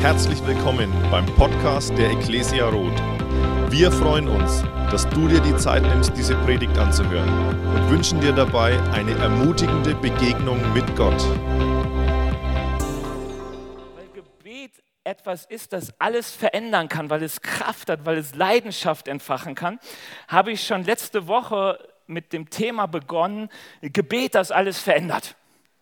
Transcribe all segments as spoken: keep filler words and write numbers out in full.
Herzlich willkommen beim Podcast der Ecclesia Roth. Wir freuen uns, dass du dir die Zeit nimmst, diese Predigt anzuhören und wünschen dir dabei eine ermutigende Begegnung mit Gott. Weil Gebet etwas ist, das alles verändern kann, weil es Kraft hat, weil es Leidenschaft entfachen kann, habe ich schon letzte Woche mit dem Thema begonnen, Gebet, das alles verändert.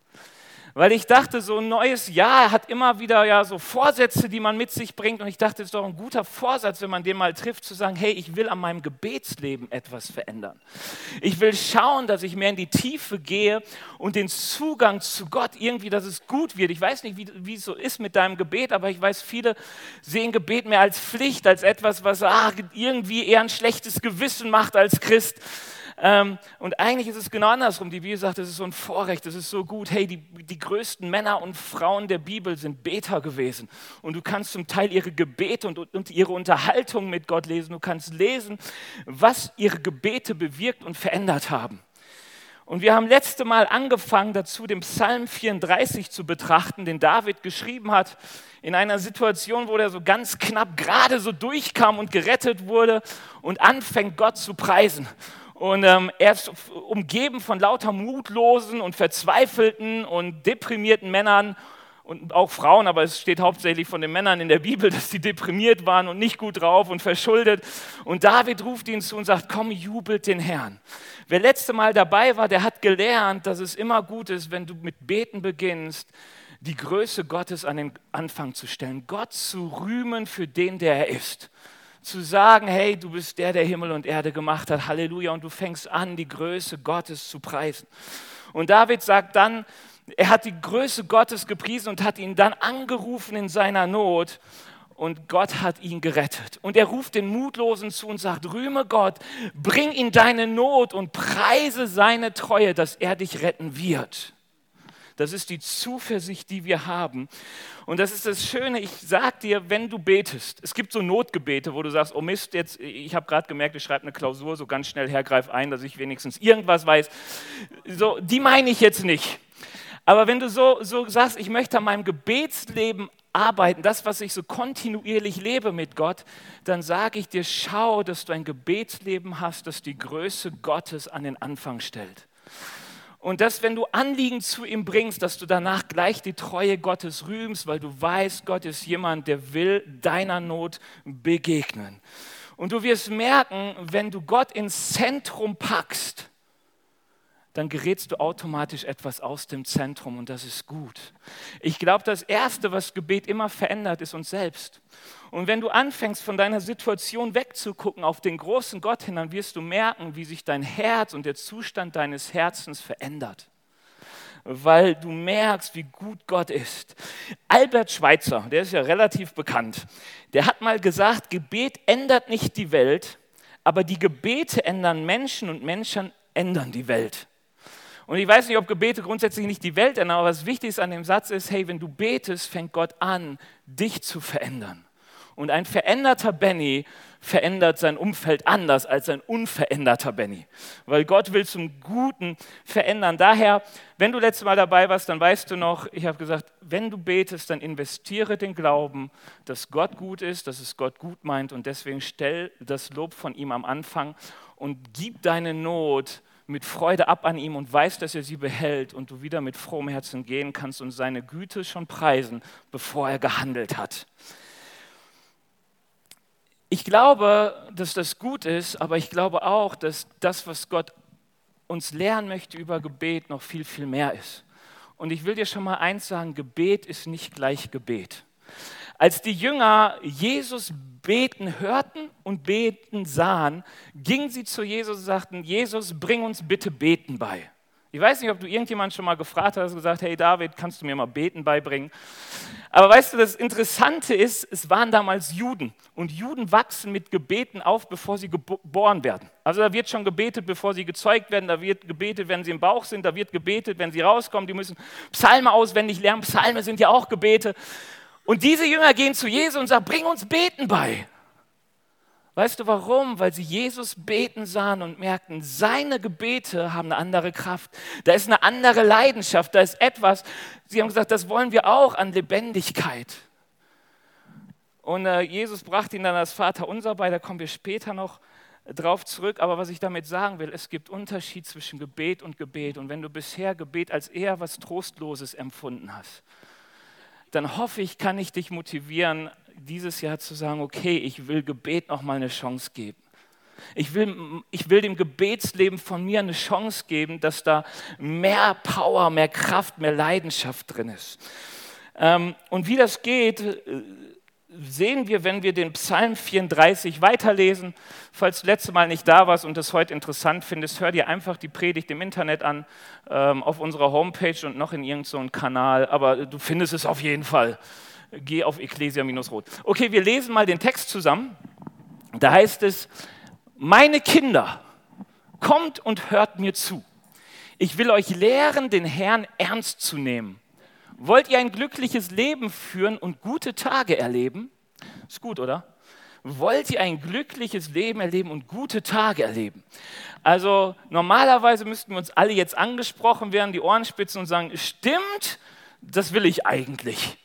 Weil ich dachte, so ein neues Jahr hat immer wieder ja so Vorsätze, die man mit sich bringt. Und ich dachte, es ist doch ein guter Vorsatz, wenn man den mal trifft, zu sagen, hey, ich will an meinem Gebetsleben etwas verändern. Ich will schauen, dass ich mehr in die Tiefe gehe und den Zugang zu Gott irgendwie, dass es gut wird. Ich weiß nicht, wie, wie es so ist mit deinem Gebet, aber ich weiß, viele sehen Gebet mehr als Pflicht, als etwas, was ah, irgendwie eher ein schlechtes Gewissen macht als Christ. Ähm, und eigentlich ist es genau andersrum. Die Bibel sagt, es ist so ein Vorrecht, es ist so gut. Hey, die, die größten Männer und Frauen der Bibel sind Beter gewesen. Und du kannst zum Teil ihre Gebete und, und ihre Unterhaltung mit Gott lesen. Du kannst lesen, was ihre Gebete bewirkt und verändert haben. Und wir haben letzte Mal angefangen dazu, den Psalm vierunddreißig zu betrachten, den David geschrieben hat, in einer Situation, wo er so ganz knapp gerade so durchkam und gerettet wurde und anfängt, Gott zu preisen. Und ähm, er ist umgeben von lauter mutlosen und verzweifelten und deprimierten Männern und auch Frauen, aber es steht hauptsächlich von den Männern in der Bibel, dass sie deprimiert waren und nicht gut drauf und verschuldet. Und David ruft ihnen zu und sagt, komm, jubelt den Herrn. Wer letzte Mal dabei war, der hat gelernt, dass es immer gut ist, wenn du mit Beten beginnst, die Größe Gottes an den Anfang zu stellen, Gott zu rühmen für den, der er ist. Zu sagen, hey, du bist der, der Himmel und Erde gemacht hat, Halleluja, und du fängst an, die Größe Gottes zu preisen. Und David sagt dann, er hat die Größe Gottes gepriesen und hat ihn dann angerufen in seiner Not und Gott hat ihn gerettet. Und er ruft den Mutlosen zu und sagt, rühme Gott, bring ihn deine Not und preise seine Treue, dass er dich retten wird. Das ist die Zuversicht, die wir haben. Und das ist das Schöne, ich sage dir, wenn du betest, es gibt so Notgebete, wo du sagst, oh Mist, jetzt, ich habe gerade gemerkt, ich schreibe eine Klausur, so ganz schnell hergreif ein, dass ich wenigstens irgendwas weiß. So, die meine ich jetzt nicht. Aber wenn du so, so sagst, ich möchte an meinem Gebetsleben arbeiten, das, was ich so kontinuierlich lebe mit Gott, dann sage ich dir, schau, dass du ein Gebetsleben hast, das die Größe Gottes an den Anfang stellt. Und dass, wenn du Anliegen zu ihm bringst, dass du danach gleich die Treue Gottes rühmst, weil du weißt, Gott ist jemand, der will deiner Not begegnen. Und du wirst merken, wenn du Gott ins Zentrum packst, dann gerätst du automatisch etwas aus dem Zentrum und das ist gut. Ich glaube, das Erste, was Gebet immer verändert, ist uns selbst. Und wenn du anfängst, von deiner Situation wegzugucken auf den großen Gott hin, dann wirst du merken, wie sich dein Herz und der Zustand deines Herzens verändert. Weil du merkst, wie gut Gott ist. Albert Schweitzer, der ist ja relativ bekannt, der hat mal gesagt, Gebet ändert nicht die Welt, aber die Gebete ändern Menschen und Menschen ändern die Welt. Und ich weiß nicht, ob Gebete grundsätzlich nicht die Welt ändern, aber was wichtig ist an dem Satz ist, hey, wenn du betest, fängt Gott an, dich zu verändern. Und ein veränderter Benny verändert sein Umfeld anders als ein unveränderter Benny. Weil Gott will zum Guten verändern. Daher, wenn du letztes Mal dabei warst, dann weißt du noch, ich habe gesagt, wenn du betest, dann investiere den Glauben, dass Gott gut ist, dass es Gott gut meint. Und deswegen stell das Lob von ihm am Anfang und gib deine Not mit Freude ab an ihm und weißt, dass er sie behält und du wieder mit frohem Herzen gehen kannst und seine Güte schon preisen, bevor er gehandelt hat. Ich glaube, dass das gut ist, aber ich glaube auch, dass das, was Gott uns lehren möchte über Gebet, noch viel, viel mehr ist. Und ich will dir schon mal eins sagen, Gebet ist nicht gleich Gebet. Als die Jünger Jesus beten hörten und beten sahen, gingen sie zu Jesus und sagten, Jesus, bring uns bitte Beten bei. Ich weiß nicht, ob du irgendjemand schon mal gefragt hast und gesagt, hey David, kannst du mir mal Beten beibringen? Aber weißt du, das Interessante ist, es waren damals Juden und Juden wachsen mit Gebeten auf, bevor sie geboren werden. Also da wird schon gebetet, bevor sie gezeugt werden, da wird gebetet, wenn sie im Bauch sind, da wird gebetet, wenn sie rauskommen, die müssen Psalme auswendig lernen, Psalme sind ja auch Gebete. Und diese Jünger gehen zu Jesus und sagen, bring uns Beten bei. Weißt du warum? Weil sie Jesus beten sahen und merkten, seine Gebete haben eine andere Kraft. Da ist eine andere Leidenschaft, da ist etwas, sie haben gesagt, das wollen wir auch an Lebendigkeit. Und äh, Jesus brachte ihn dann das Vaterunser bei, da kommen wir später noch drauf zurück. Aber was ich damit sagen will, es gibt Unterschied zwischen Gebet und Gebet. Und wenn du bisher Gebet als eher was Trostloses empfunden hast, dann hoffe ich, kann ich dich motivieren, dieses Jahr zu sagen, okay, ich will Gebet nochmal eine Chance geben. Ich will, ich will dem Gebetsleben von mir eine Chance geben, dass da mehr Power, mehr Kraft, mehr Leidenschaft drin ist. Ähm, und wie das geht, sehen wir, wenn wir den Psalm vierunddreißig weiterlesen. Falls du letzte Mal nicht da warst und das heute interessant findest, hör dir einfach die Predigt im Internet an, ähm, auf unserer Homepage und noch in irgendeinem so Kanal, aber du findest es auf jeden Fall. Geh auf Ecclesia-Rot. Okay, wir lesen mal den Text zusammen. Da heißt es: Meine Kinder, kommt und hört mir zu. Ich will euch lehren, den Herrn ernst zu nehmen. Wollt ihr ein glückliches Leben führen und gute Tage erleben? Ist gut, oder? Wollt ihr ein glückliches Leben erleben und gute Tage erleben? Also normalerweise müssten wir uns alle jetzt angesprochen werden, die Ohren spitzen und sagen, stimmt, das will ich eigentlich.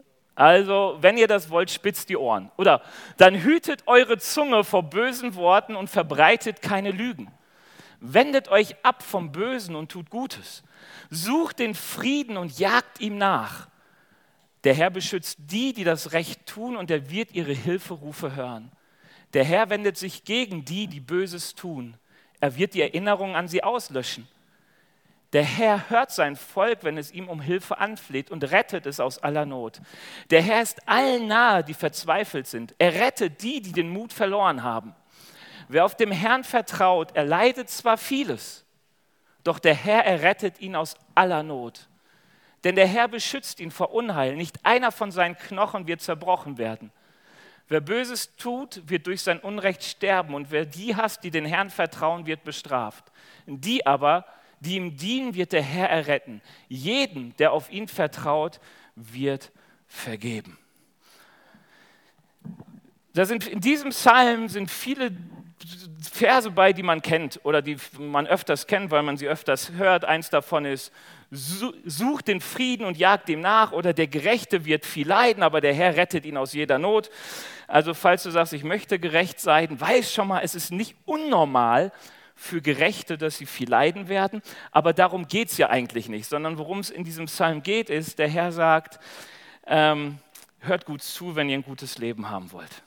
Also, wenn ihr das wollt, spitzt die Ohren. Oder, dann hütet eure Zunge vor bösen Worten und verbreitet keine Lügen. Wendet euch ab vom Bösen und tut Gutes. Sucht den Frieden und jagt ihm nach. Der Herr beschützt die, die das Recht tun, und er wird ihre Hilferufe hören. Der Herr wendet sich gegen die, die Böses tun. Er wird die Erinnerung an sie auslöschen. Der Herr hört sein Volk, wenn es ihm um Hilfe anfleht, und rettet es aus aller Not. Der Herr ist allen nahe, die verzweifelt sind. Er rettet die, die den Mut verloren haben. Wer auf dem Herrn vertraut, erleidet zwar vieles, doch der Herr errettet ihn aus aller Not. Denn der Herr beschützt ihn vor Unheil. Nicht einer von seinen Knochen wird zerbrochen werden. Wer Böses tut, wird durch sein Unrecht sterben. Und wer die hasst, die den Herrn vertrauen, wird bestraft. Die aber, die ihm dienen, wird der Herr erretten. Jeden, der auf ihn vertraut, wird vergeben. Da sind, in diesem Psalm sind viele Verse bei, die man kennt oder die man öfters kennt, weil man sie öfters hört. Eins davon ist, sucht den Frieden und jagt ihm nach, oder der Gerechte wird viel leiden, aber der Herr rettet ihn aus jeder Not. Also falls du sagst, ich möchte gerecht sein, weiß schon mal, es ist nicht unnormal für Gerechte, dass sie viel leiden werden, aber darum geht es ja eigentlich nicht, sondern worum es in diesem Psalm geht, ist, der Herr sagt, ähm, hört gut zu, wenn ihr ein gutes Leben haben wollt.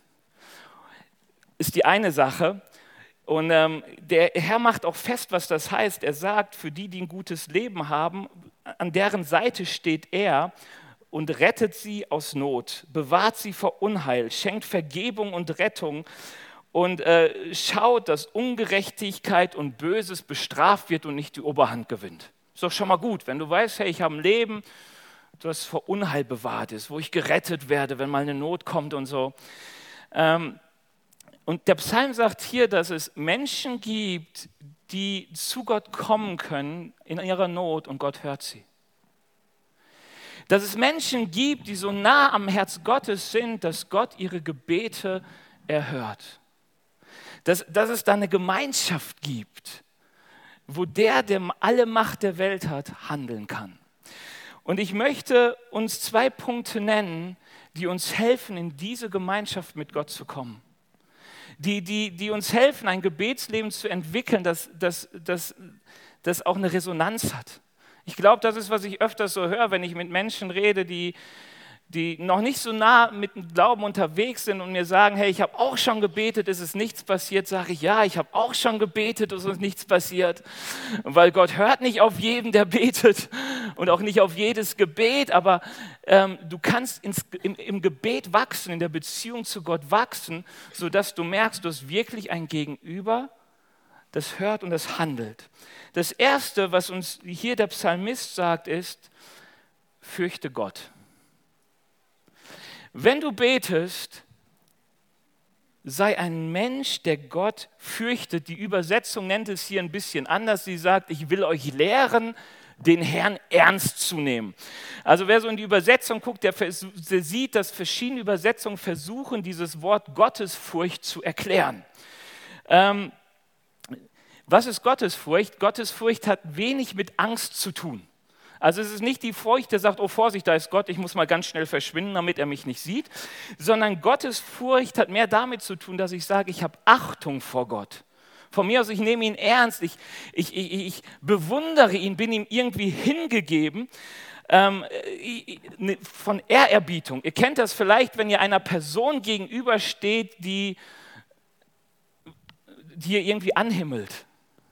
Ist die eine Sache. Und ähm, der Herr macht auch fest, was das heißt. Er sagt, für die, die ein gutes Leben haben, an deren Seite steht er und rettet sie aus Not, bewahrt sie vor Unheil, schenkt Vergebung und Rettung und äh, schaut, dass Ungerechtigkeit und Böses bestraft wird und nicht die Oberhand gewinnt. Ist doch schon mal gut, wenn du weißt, hey, ich habe ein Leben, das vor Unheil bewahrt ist, wo ich gerettet werde, wenn mal eine Not kommt und so. Ähm, Und der Psalm sagt hier, dass es Menschen gibt, die zu Gott kommen können in ihrer Not und Gott hört sie. Dass es Menschen gibt, die so nah am Herz Gottes sind, dass Gott ihre Gebete erhört. Dass, dass es da eine Gemeinschaft gibt, wo der, der alle Macht der Welt hat, handeln kann. Und ich möchte uns zwei Punkte nennen, die uns helfen, in diese Gemeinschaft mit Gott zu kommen. Die, die, die uns helfen, ein Gebetsleben zu entwickeln, das, das, das, das auch eine Resonanz hat. Ich glaube, das ist, was ich öfters so höre, wenn ich mit Menschen rede, die, die noch nicht so nah mit dem Glauben unterwegs sind und mir sagen, hey, ich habe auch schon gebetet, es ist nichts passiert, sage ich, ja, ich habe auch schon gebetet, es ist nichts passiert. Weil Gott hört nicht auf jeden, der betet und auch nicht auf jedes Gebet, aber ähm, du kannst ins, im, im Gebet wachsen, in der Beziehung zu Gott wachsen, sodass du merkst, du hast wirklich ein Gegenüber, das hört und das handelt. Das Erste, was uns hier der Psalmist sagt, ist, fürchte Gott. Wenn du betest, sei ein Mensch, der Gott fürchtet. Die Übersetzung nennt es hier ein bisschen anders. Sie sagt, ich will euch lehren, den Herrn ernst zu nehmen. Also wer so in die Übersetzung guckt, der, der sieht, dass verschiedene Übersetzungen versuchen, dieses Wort Gottesfurcht zu erklären. Ähm, was ist Gottesfurcht? Gottesfurcht hat wenig mit Angst zu tun. Also es ist nicht die Furcht, der sagt, oh Vorsicht, da ist Gott, ich muss mal ganz schnell verschwinden, damit er mich nicht sieht, sondern Gottes Furcht hat mehr damit zu tun, dass ich sage, ich habe Achtung vor Gott. Von mir aus, ich nehme ihn ernst, ich, ich, ich, ich bewundere ihn, bin ihm irgendwie hingegeben, ähm, von Ehrerbietung. Ihr kennt das vielleicht, wenn ihr einer Person gegenübersteht, die, die ihr irgendwie anhimmelt.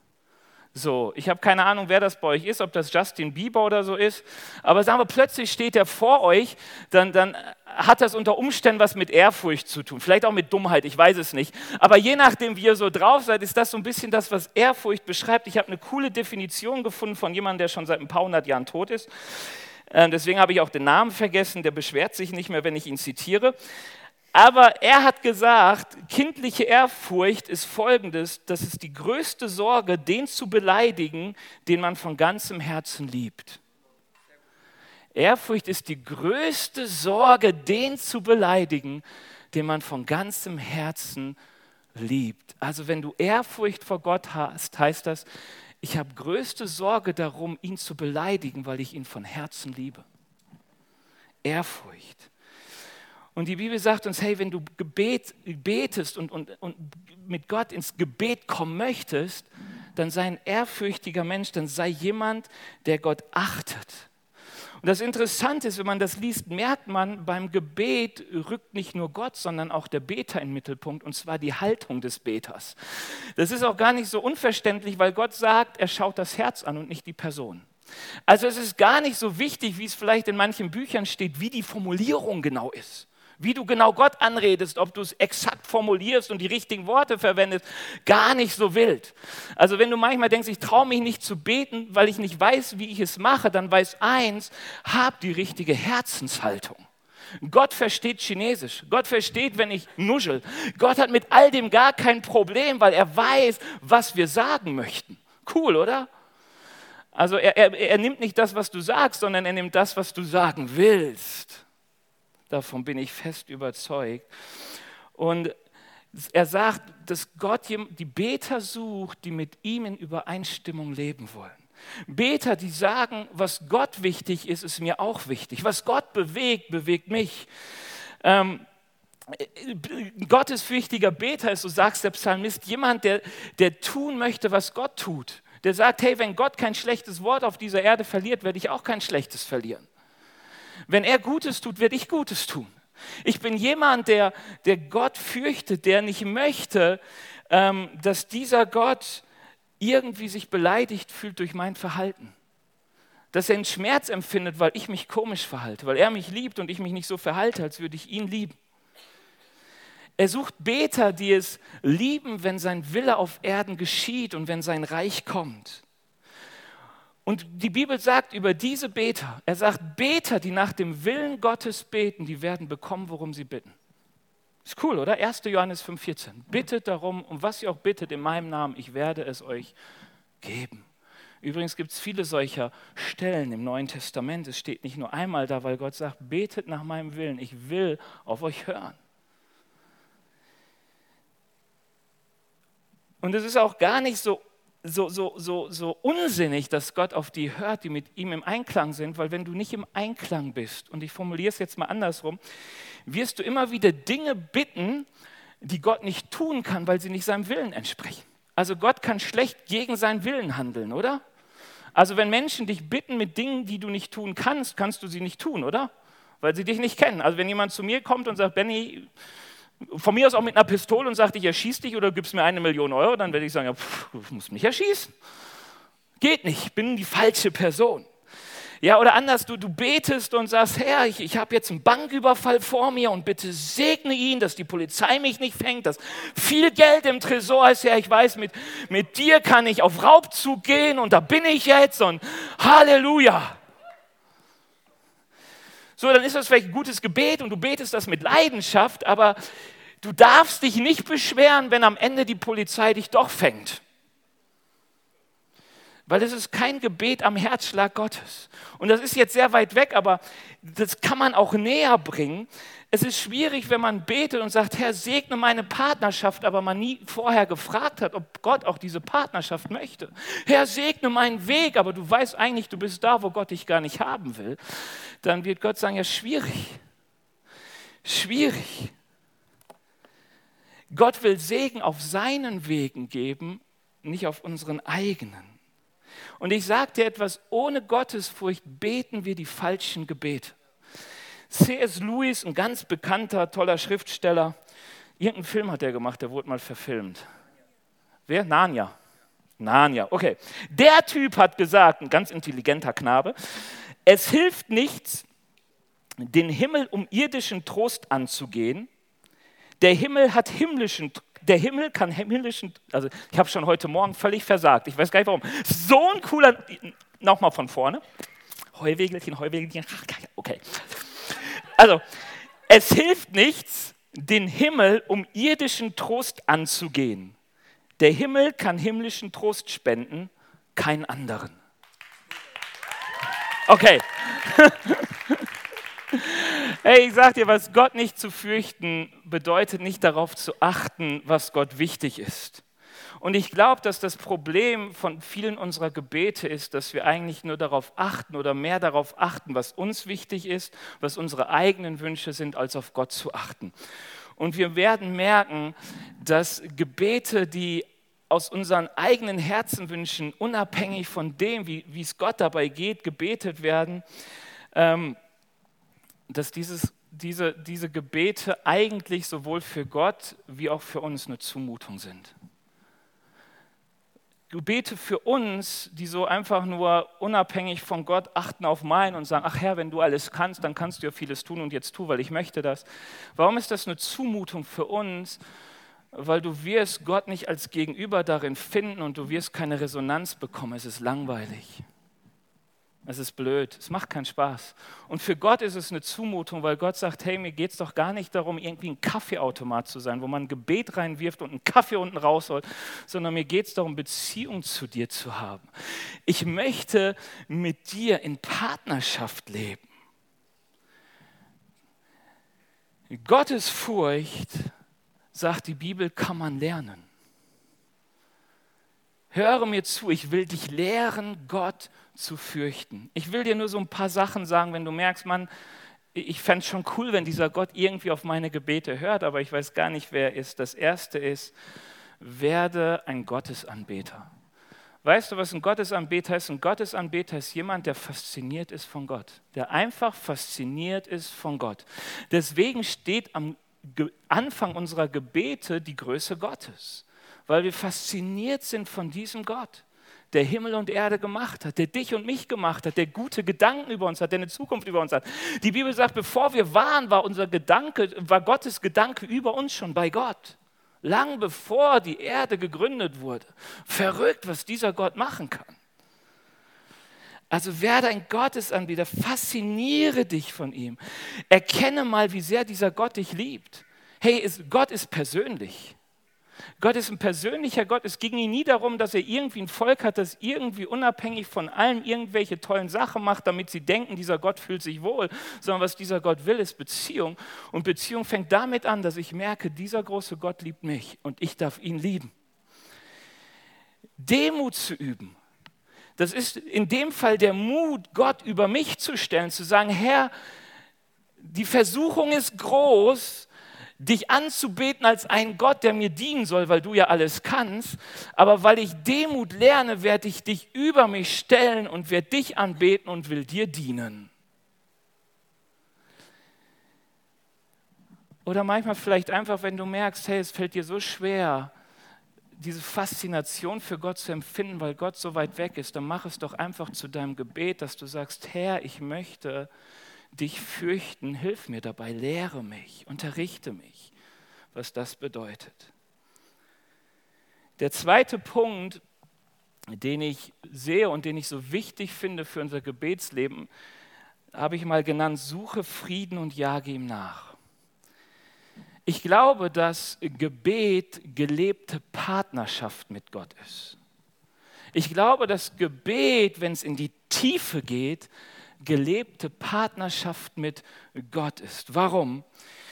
So, ich habe keine Ahnung, wer das bei euch ist, ob das Justin Bieber oder so ist, aber sagen wir, plötzlich steht er vor euch, dann, dann hat das unter Umständen was mit Ehrfurcht zu tun, vielleicht auch mit Dummheit, ich weiß es nicht, aber je nachdem, wie ihr so drauf seid, ist das so ein bisschen das, was Ehrfurcht beschreibt. Ich habe eine coole Definition gefunden von jemandem, der schon seit ein paar hundert Jahren tot ist, äh, deswegen habe ich auch den Namen vergessen, der beschwert sich nicht mehr, wenn ich ihn zitiere. Aber er hat gesagt, kindliche Ehrfurcht ist folgendes, das ist die größte Sorge, den zu beleidigen, den man von ganzem Herzen liebt. Ehrfurcht ist die größte Sorge, den zu beleidigen, den man von ganzem Herzen liebt. Also wenn du Ehrfurcht vor Gott hast, heißt das, ich habe größte Sorge darum, ihn zu beleidigen, weil ich ihn von Herzen liebe. Ehrfurcht. Und die Bibel sagt uns, hey, wenn du Gebet, betest und, und, und mit Gott ins Gebet kommen möchtest, dann sei ein ehrfürchtiger Mensch, dann sei jemand, der Gott achtet. Und das Interessante ist, wenn man das liest, merkt man, beim Gebet rückt nicht nur Gott, sondern auch der Beter in den Mittelpunkt, und zwar die Haltung des Beters. Das ist auch gar nicht so unverständlich, weil Gott sagt, er schaut das Herz an und nicht die Person. Also es ist gar nicht so wichtig, wie es vielleicht in manchen Büchern steht, wie die Formulierung genau ist. Wie du genau Gott anredest, ob du es exakt formulierst und die richtigen Worte verwendest, gar nicht so wild. Also wenn du manchmal denkst, ich traue mich nicht zu beten, weil ich nicht weiß, wie ich es mache, dann weiß eins, hab die richtige Herzenshaltung. Gott versteht Chinesisch, Gott versteht, wenn ich nuschel. Gott hat mit all dem gar kein Problem, weil er weiß, was wir sagen möchten. Cool, oder? Also er, er, er nimmt nicht das, was du sagst, sondern er nimmt das, was du sagen willst. Davon bin ich fest überzeugt. Und er sagt, dass Gott die Beter sucht, die mit ihm in Übereinstimmung leben wollen. Beter, die sagen, was Gott wichtig ist, ist mir auch wichtig. Was Gott bewegt, bewegt mich. Ähm, gottesfürchtiger Beter ist, so sagt der Psalmist, jemand, der, der tun möchte, was Gott tut. Der sagt, hey, wenn Gott kein schlechtes Wort auf dieser Erde verliert, werde ich auch kein schlechtes verlieren. Wenn er Gutes tut, werde ich Gutes tun. Ich bin jemand, der, der Gott fürchtet, der nicht möchte, ähm, dass dieser Gott irgendwie sich beleidigt fühlt durch mein Verhalten. Dass er einen Schmerz empfindet, weil ich mich komisch verhalte, weil er mich liebt und ich mich nicht so verhalte, als würde ich ihn lieben. Er sucht Beter, die es lieben, wenn sein Wille auf Erden geschieht und wenn sein Reich kommt. Und die Bibel sagt über diese Beter, er sagt, Beter, die nach dem Willen Gottes beten, die werden bekommen, worum sie bitten. Ist cool, oder? erster Johannes fünf vierzehn. Bittet darum, um was ihr auch bittet in meinem Namen, ich werde es euch geben. Übrigens gibt es viele solcher Stellen im Neuen Testament. Es steht nicht nur einmal da, weil Gott sagt, betet nach meinem Willen, ich will auf euch hören. Und es ist auch gar nicht so So, so, so, so unsinnig, dass Gott auf die hört, die mit ihm im Einklang sind, weil wenn du nicht im Einklang bist, und ich formuliere es jetzt mal andersrum, wirst du immer wieder Dinge bitten, die Gott nicht tun kann, weil sie nicht seinem Willen entsprechen. Also Gott kann schlecht gegen seinen Willen handeln, oder? Also wenn Menschen dich bitten mit Dingen, die du nicht tun kannst, kannst du sie nicht tun, oder? Weil sie dich nicht kennen. Also wenn jemand zu mir kommt und sagt, Benny, von mir aus auch mit einer Pistole und sagt, ich erschieße dich oder gibst mir eine Million Euro, dann werde ich sagen, ja, pff, du musst mich erschießen. Geht nicht, ich bin die falsche Person. Ja, oder anders, du, du betest und sagst, Herr, ich, ich habe jetzt einen Banküberfall vor mir und bitte segne ihn, dass die Polizei mich nicht fängt, dass viel Geld im Tresor ist. Ja, ich weiß, mit, mit dir kann ich auf Raubzug gehen und da bin ich jetzt und Halleluja. So, dann ist das vielleicht ein gutes Gebet und du betest das mit Leidenschaft, aber du darfst dich nicht beschweren, wenn am Ende die Polizei dich doch fängt. Weil es ist kein Gebet am Herzschlag Gottes. Und das ist jetzt sehr weit weg, aber das kann man auch näher bringen. Es ist schwierig, wenn man betet und sagt, Herr, segne meine Partnerschaft, aber man nie vorher gefragt hat, ob Gott auch diese Partnerschaft möchte. Herr, segne meinen Weg, aber du weißt eigentlich, du bist da, wo Gott dich gar nicht haben will. Dann wird Gott sagen, ja, schwierig. Schwierig. Gott will Segen auf seinen Wegen geben, nicht auf unseren eigenen. Und ich sage dir etwas, ohne Gottesfurcht beten wir die falschen Gebete. C S Lewis, ein ganz bekannter, toller Schriftsteller, irgendeinen Film hat er gemacht, der wurde mal verfilmt. Wer? Narnia. Narnia, okay. Der Typ hat gesagt, ein ganz intelligenter Knabe, es hilft nichts, den Himmel um irdischen Trost anzugehen. Der Himmel hat himmlischen, der Himmel kann himmlischen, also ich habe schon heute Morgen völlig versagt, ich weiß gar nicht warum. So ein cooler, nochmal von vorne. Heuwegelchen, Heuwegelchen, okay. Also, es hilft nichts, den Himmel um irdischen Trost anzugehen. Der Himmel kann himmlischen Trost spenden, keinen anderen. Okay. Hey, ich sag dir, was Gott nicht zu fürchten, bedeutet nicht darauf zu achten, was Gott wichtig ist. Und ich glaube, dass das Problem von vielen unserer Gebete ist, dass wir eigentlich nur darauf achten oder mehr darauf achten, was uns wichtig ist, was unsere eigenen Wünsche sind, als auf Gott zu achten. Und wir werden merken, dass Gebete, die aus unseren eigenen Herzenwünschen, unabhängig von dem, wie, wie es Gott dabei geht, gebetet werden, ähm, dass dieses, diese, diese Gebete eigentlich sowohl für Gott wie auch für uns eine Zumutung sind. Gebete für uns, die so einfach nur unabhängig von Gott achten auf meinen und sagen, ach Herr, wenn du alles kannst, dann kannst du ja vieles tun und jetzt tu, weil ich möchte das. Warum ist das eine Zumutung für uns? Weil du wirst Gott nicht als Gegenüber darin finden und du wirst keine Resonanz bekommen. Es ist langweilig. Es ist blöd, es macht keinen Spaß. Und für Gott ist es eine Zumutung, weil Gott sagt, hey, mir geht es doch gar nicht darum, irgendwie ein Kaffeeautomat zu sein, wo man ein Gebet reinwirft und einen Kaffee unten rausholt, sondern mir geht es darum, Beziehung zu dir zu haben. Ich möchte mit dir in Partnerschaft leben. Gottesfurcht, sagt die Bibel, kann man lernen. Höre mir zu, ich will dich lehren, Gott zu fürchten. Ich will dir nur so ein paar Sachen sagen, wenn du merkst, Mann, ich fände es schon cool, wenn dieser Gott irgendwie auf meine Gebete hört, aber ich weiß gar nicht, wer er ist. Das Erste ist, werde ein Gottesanbeter. Weißt du, was ein Gottesanbeter ist? Ein Gottesanbeter ist jemand, der fasziniert ist von Gott, der einfach fasziniert ist von Gott. Deswegen steht am Anfang unserer Gebete die Größe Gottes. Weil wir fasziniert sind von diesem Gott, der Himmel und Erde gemacht hat, der dich und mich gemacht hat, der gute Gedanken über uns hat, der eine Zukunft über uns hat. Die Bibel sagt, bevor wir waren, war unser Gedanke, war Gottes Gedanke über uns schon bei Gott. Lang bevor die Erde gegründet wurde. Verrückt, was dieser Gott machen kann. Also werde ein Gottesanbeter, fasziniere dich von ihm. Erkenne mal, wie sehr dieser Gott dich liebt. Hey, Gott ist persönlich. Gott ist ein persönlicher Gott. Es ging ihm nie darum, dass er irgendwie ein Volk hat, das irgendwie unabhängig von allem irgendwelche tollen Sachen macht, damit sie denken, dieser Gott fühlt sich wohl, sondern was dieser Gott will, ist Beziehung. Und Beziehung fängt damit an, dass ich merke, dieser große Gott liebt mich und ich darf ihn lieben. Demut zu üben. Das ist in dem Fall der Mut, Gott über mich zu stellen, zu sagen, Herr, die Versuchung ist groß, dich anzubeten als einen Gott, der mir dienen soll, weil du ja alles kannst. Aber weil ich Demut lerne, werde ich dich über mich stellen und werde dich anbeten und will dir dienen. Oder manchmal vielleicht einfach, wenn du merkst, hey, es fällt dir so schwer, diese Faszination für Gott zu empfinden, weil Gott so weit weg ist, dann mach es doch einfach zu deinem Gebet, dass du sagst, Herr, ich möchte dich fürchten, hilf mir dabei, lehre mich, unterrichte mich, was das bedeutet. Der zweite Punkt, den ich sehe und den ich so wichtig finde für unser Gebetsleben, habe ich mal genannt, suche Frieden und jage ihm nach. Ich glaube, dass Gebet gelebte Partnerschaft mit Gott ist. Ich glaube, dass Gebet, wenn es in die Tiefe geht, gelebte Partnerschaft mit Gott ist. Warum?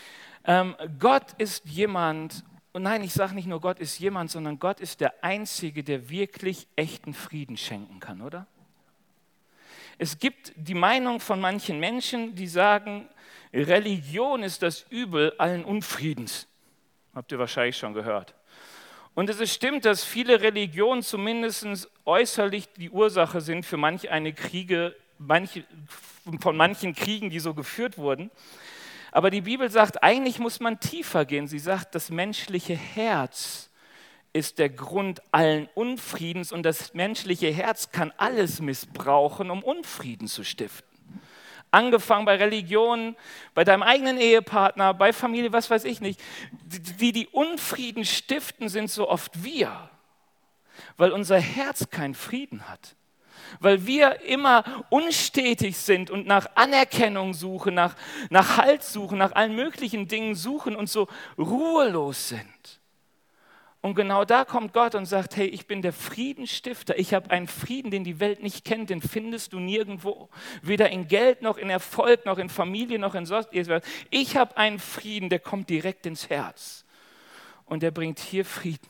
Ähm, Gott ist jemand, und nein, ich sage nicht nur Gott ist jemand, sondern Gott ist der Einzige, der wirklich echten Frieden schenken kann, oder? Es gibt die Meinung von manchen Menschen, die sagen, Religion ist das Übel allen Unfriedens. Habt ihr wahrscheinlich schon gehört. Und es ist stimmt, dass viele Religionen zumindest äußerlich die Ursache sind für manch eine Kriege, manche, von manchen Kriegen, die so geführt wurden. Aber die Bibel sagt, eigentlich muss man tiefer gehen. Sie sagt, das menschliche Herz ist der Grund allen Unfriedens und das menschliche Herz kann alles missbrauchen, um Unfrieden zu stiften. Angefangen bei Religionen, bei deinem eigenen Ehepartner, bei Familie, was weiß ich nicht. Die, die Unfrieden stiften, sind so oft wir, weil unser Herz keinen Frieden hat. Weil wir immer unstetig sind und nach Anerkennung suchen, nach, nach Halt suchen, nach allen möglichen Dingen suchen und so ruhelos sind. Und genau da kommt Gott und sagt, hey, ich bin der Friedensstifter. Ich habe einen Frieden, den die Welt nicht kennt, den findest du nirgendwo. Weder in Geld, noch in Erfolg, noch in Familie, noch in sonst irgendwas. Ich habe einen Frieden, der kommt direkt ins Herz. Und der bringt hier Frieden.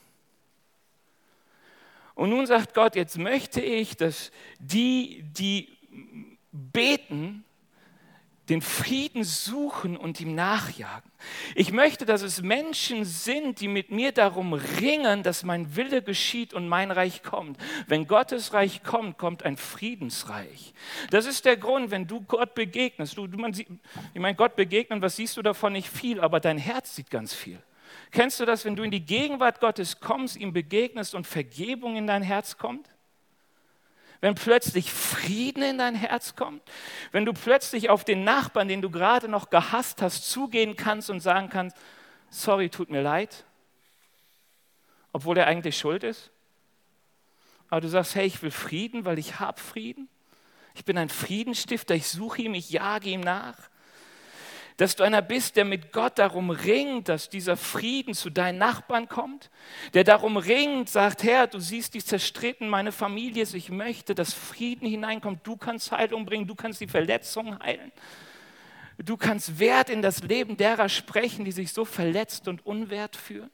Und nun sagt Gott, jetzt möchte ich, dass die, die beten, den Frieden suchen und ihm nachjagen. Ich möchte, dass es Menschen sind, die mit mir darum ringen, dass mein Wille geschieht und mein Reich kommt. Wenn Gottes Reich kommt, kommt ein Friedensreich. Das ist der Grund, wenn du Gott begegnest. Du, man sieht, ich meine, Gott begegnen, was siehst du davon? Nicht viel, aber dein Herz sieht ganz viel. Kennst du das, wenn du in die Gegenwart Gottes kommst, ihm begegnest und Vergebung in dein Herz kommt? Wenn plötzlich Frieden in dein Herz kommt, wenn du plötzlich auf den Nachbarn, den du gerade noch gehasst hast, zugehen kannst und sagen kannst, sorry, tut mir leid, obwohl er eigentlich schuld ist. Aber du sagst, hey, ich will Frieden, weil ich habe Frieden. Ich bin ein Friedensstifter, ich suche ihm, ich jage ihm nach. Dass du einer bist, der mit Gott darum ringt, dass dieser Frieden zu deinen Nachbarn kommt, der darum ringt, sagt, Herr, du siehst, die zerstritten, meine Familie ist, ich möchte, dass Frieden hineinkommt, du kannst Heilung bringen, du kannst die Verletzungen heilen, du kannst Wert in das Leben derer sprechen, die sich so verletzt und unwert fühlen.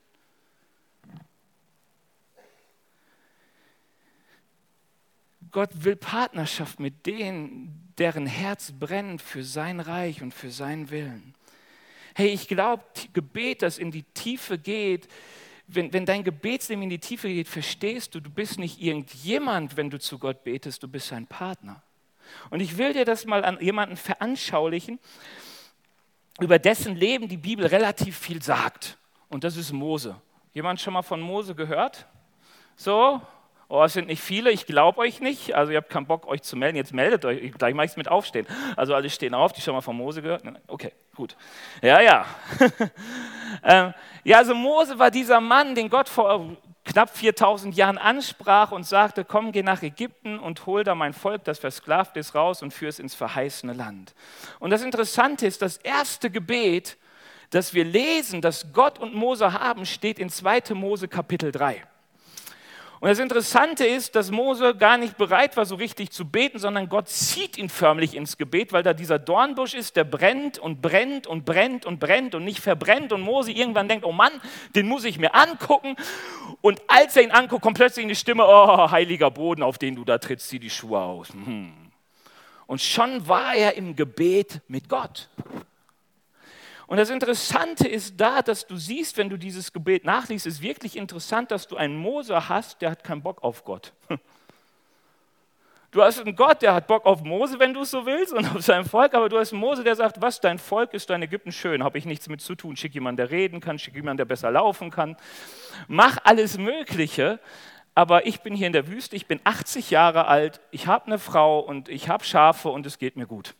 Gott will Partnerschaft mit denen, deren Herz brennt für sein Reich und für seinen Willen. Hey, ich glaube, Gebet, das in die Tiefe geht, wenn, wenn dein Gebetsleben in die Tiefe geht, verstehst du, du bist nicht irgendjemand, wenn du zu Gott betest, du bist sein Partner. Und ich will dir das mal an jemanden veranschaulichen, über dessen Leben die Bibel relativ viel sagt. Und das ist Mose. Jemand schon mal von Mose gehört? So? Oh, es sind nicht viele, ich glaube euch nicht, also ihr habt keinen Bock, euch zu melden, jetzt meldet euch, gleich mache ich es mit Aufstehen. Also alle stehen auf, die schon mal von Mose gehört? Okay, gut. Ja, ja. ähm, ja, also Mose war dieser Mann, den Gott vor knapp viertausend Jahren ansprach und sagte, komm, geh nach Ägypten und hol da mein Volk, das versklavt ist, raus und führ es ins verheißene Land. Und das Interessante ist, das erste Gebet, das wir lesen, das Gott und Mose haben, steht in zweiter Mose Kapitel drei. Und das Interessante ist, dass Mose gar nicht bereit war, so richtig zu beten, sondern Gott zieht ihn förmlich ins Gebet, weil da dieser Dornbusch ist, der brennt und brennt und brennt und brennt und nicht verbrennt. Und Mose irgendwann denkt, oh Mann, den muss ich mir angucken. Und als er ihn anguckt, kommt plötzlich eine Stimme, oh, heiliger Boden, auf den du da trittst, zieh die Schuhe aus. Und schon war er im Gebet mit Gott. Und das Interessante ist da, dass du siehst, wenn du dieses Gebet nachliest, ist wirklich interessant, dass du einen Mose hast, der hat keinen Bock auf Gott. Du hast einen Gott, der hat Bock auf Mose, wenn du es so willst, und auf sein Volk, aber du hast einen Mose, der sagt, was, dein Volk ist dein Ägypten schön, habe ich nichts mit zu tun, schick jemanden, der reden kann, schick jemanden, der besser laufen kann, mach alles Mögliche, aber ich bin hier in der Wüste, ich bin achtzig Jahre alt, ich habe eine Frau und ich habe Schafe und es geht mir gut.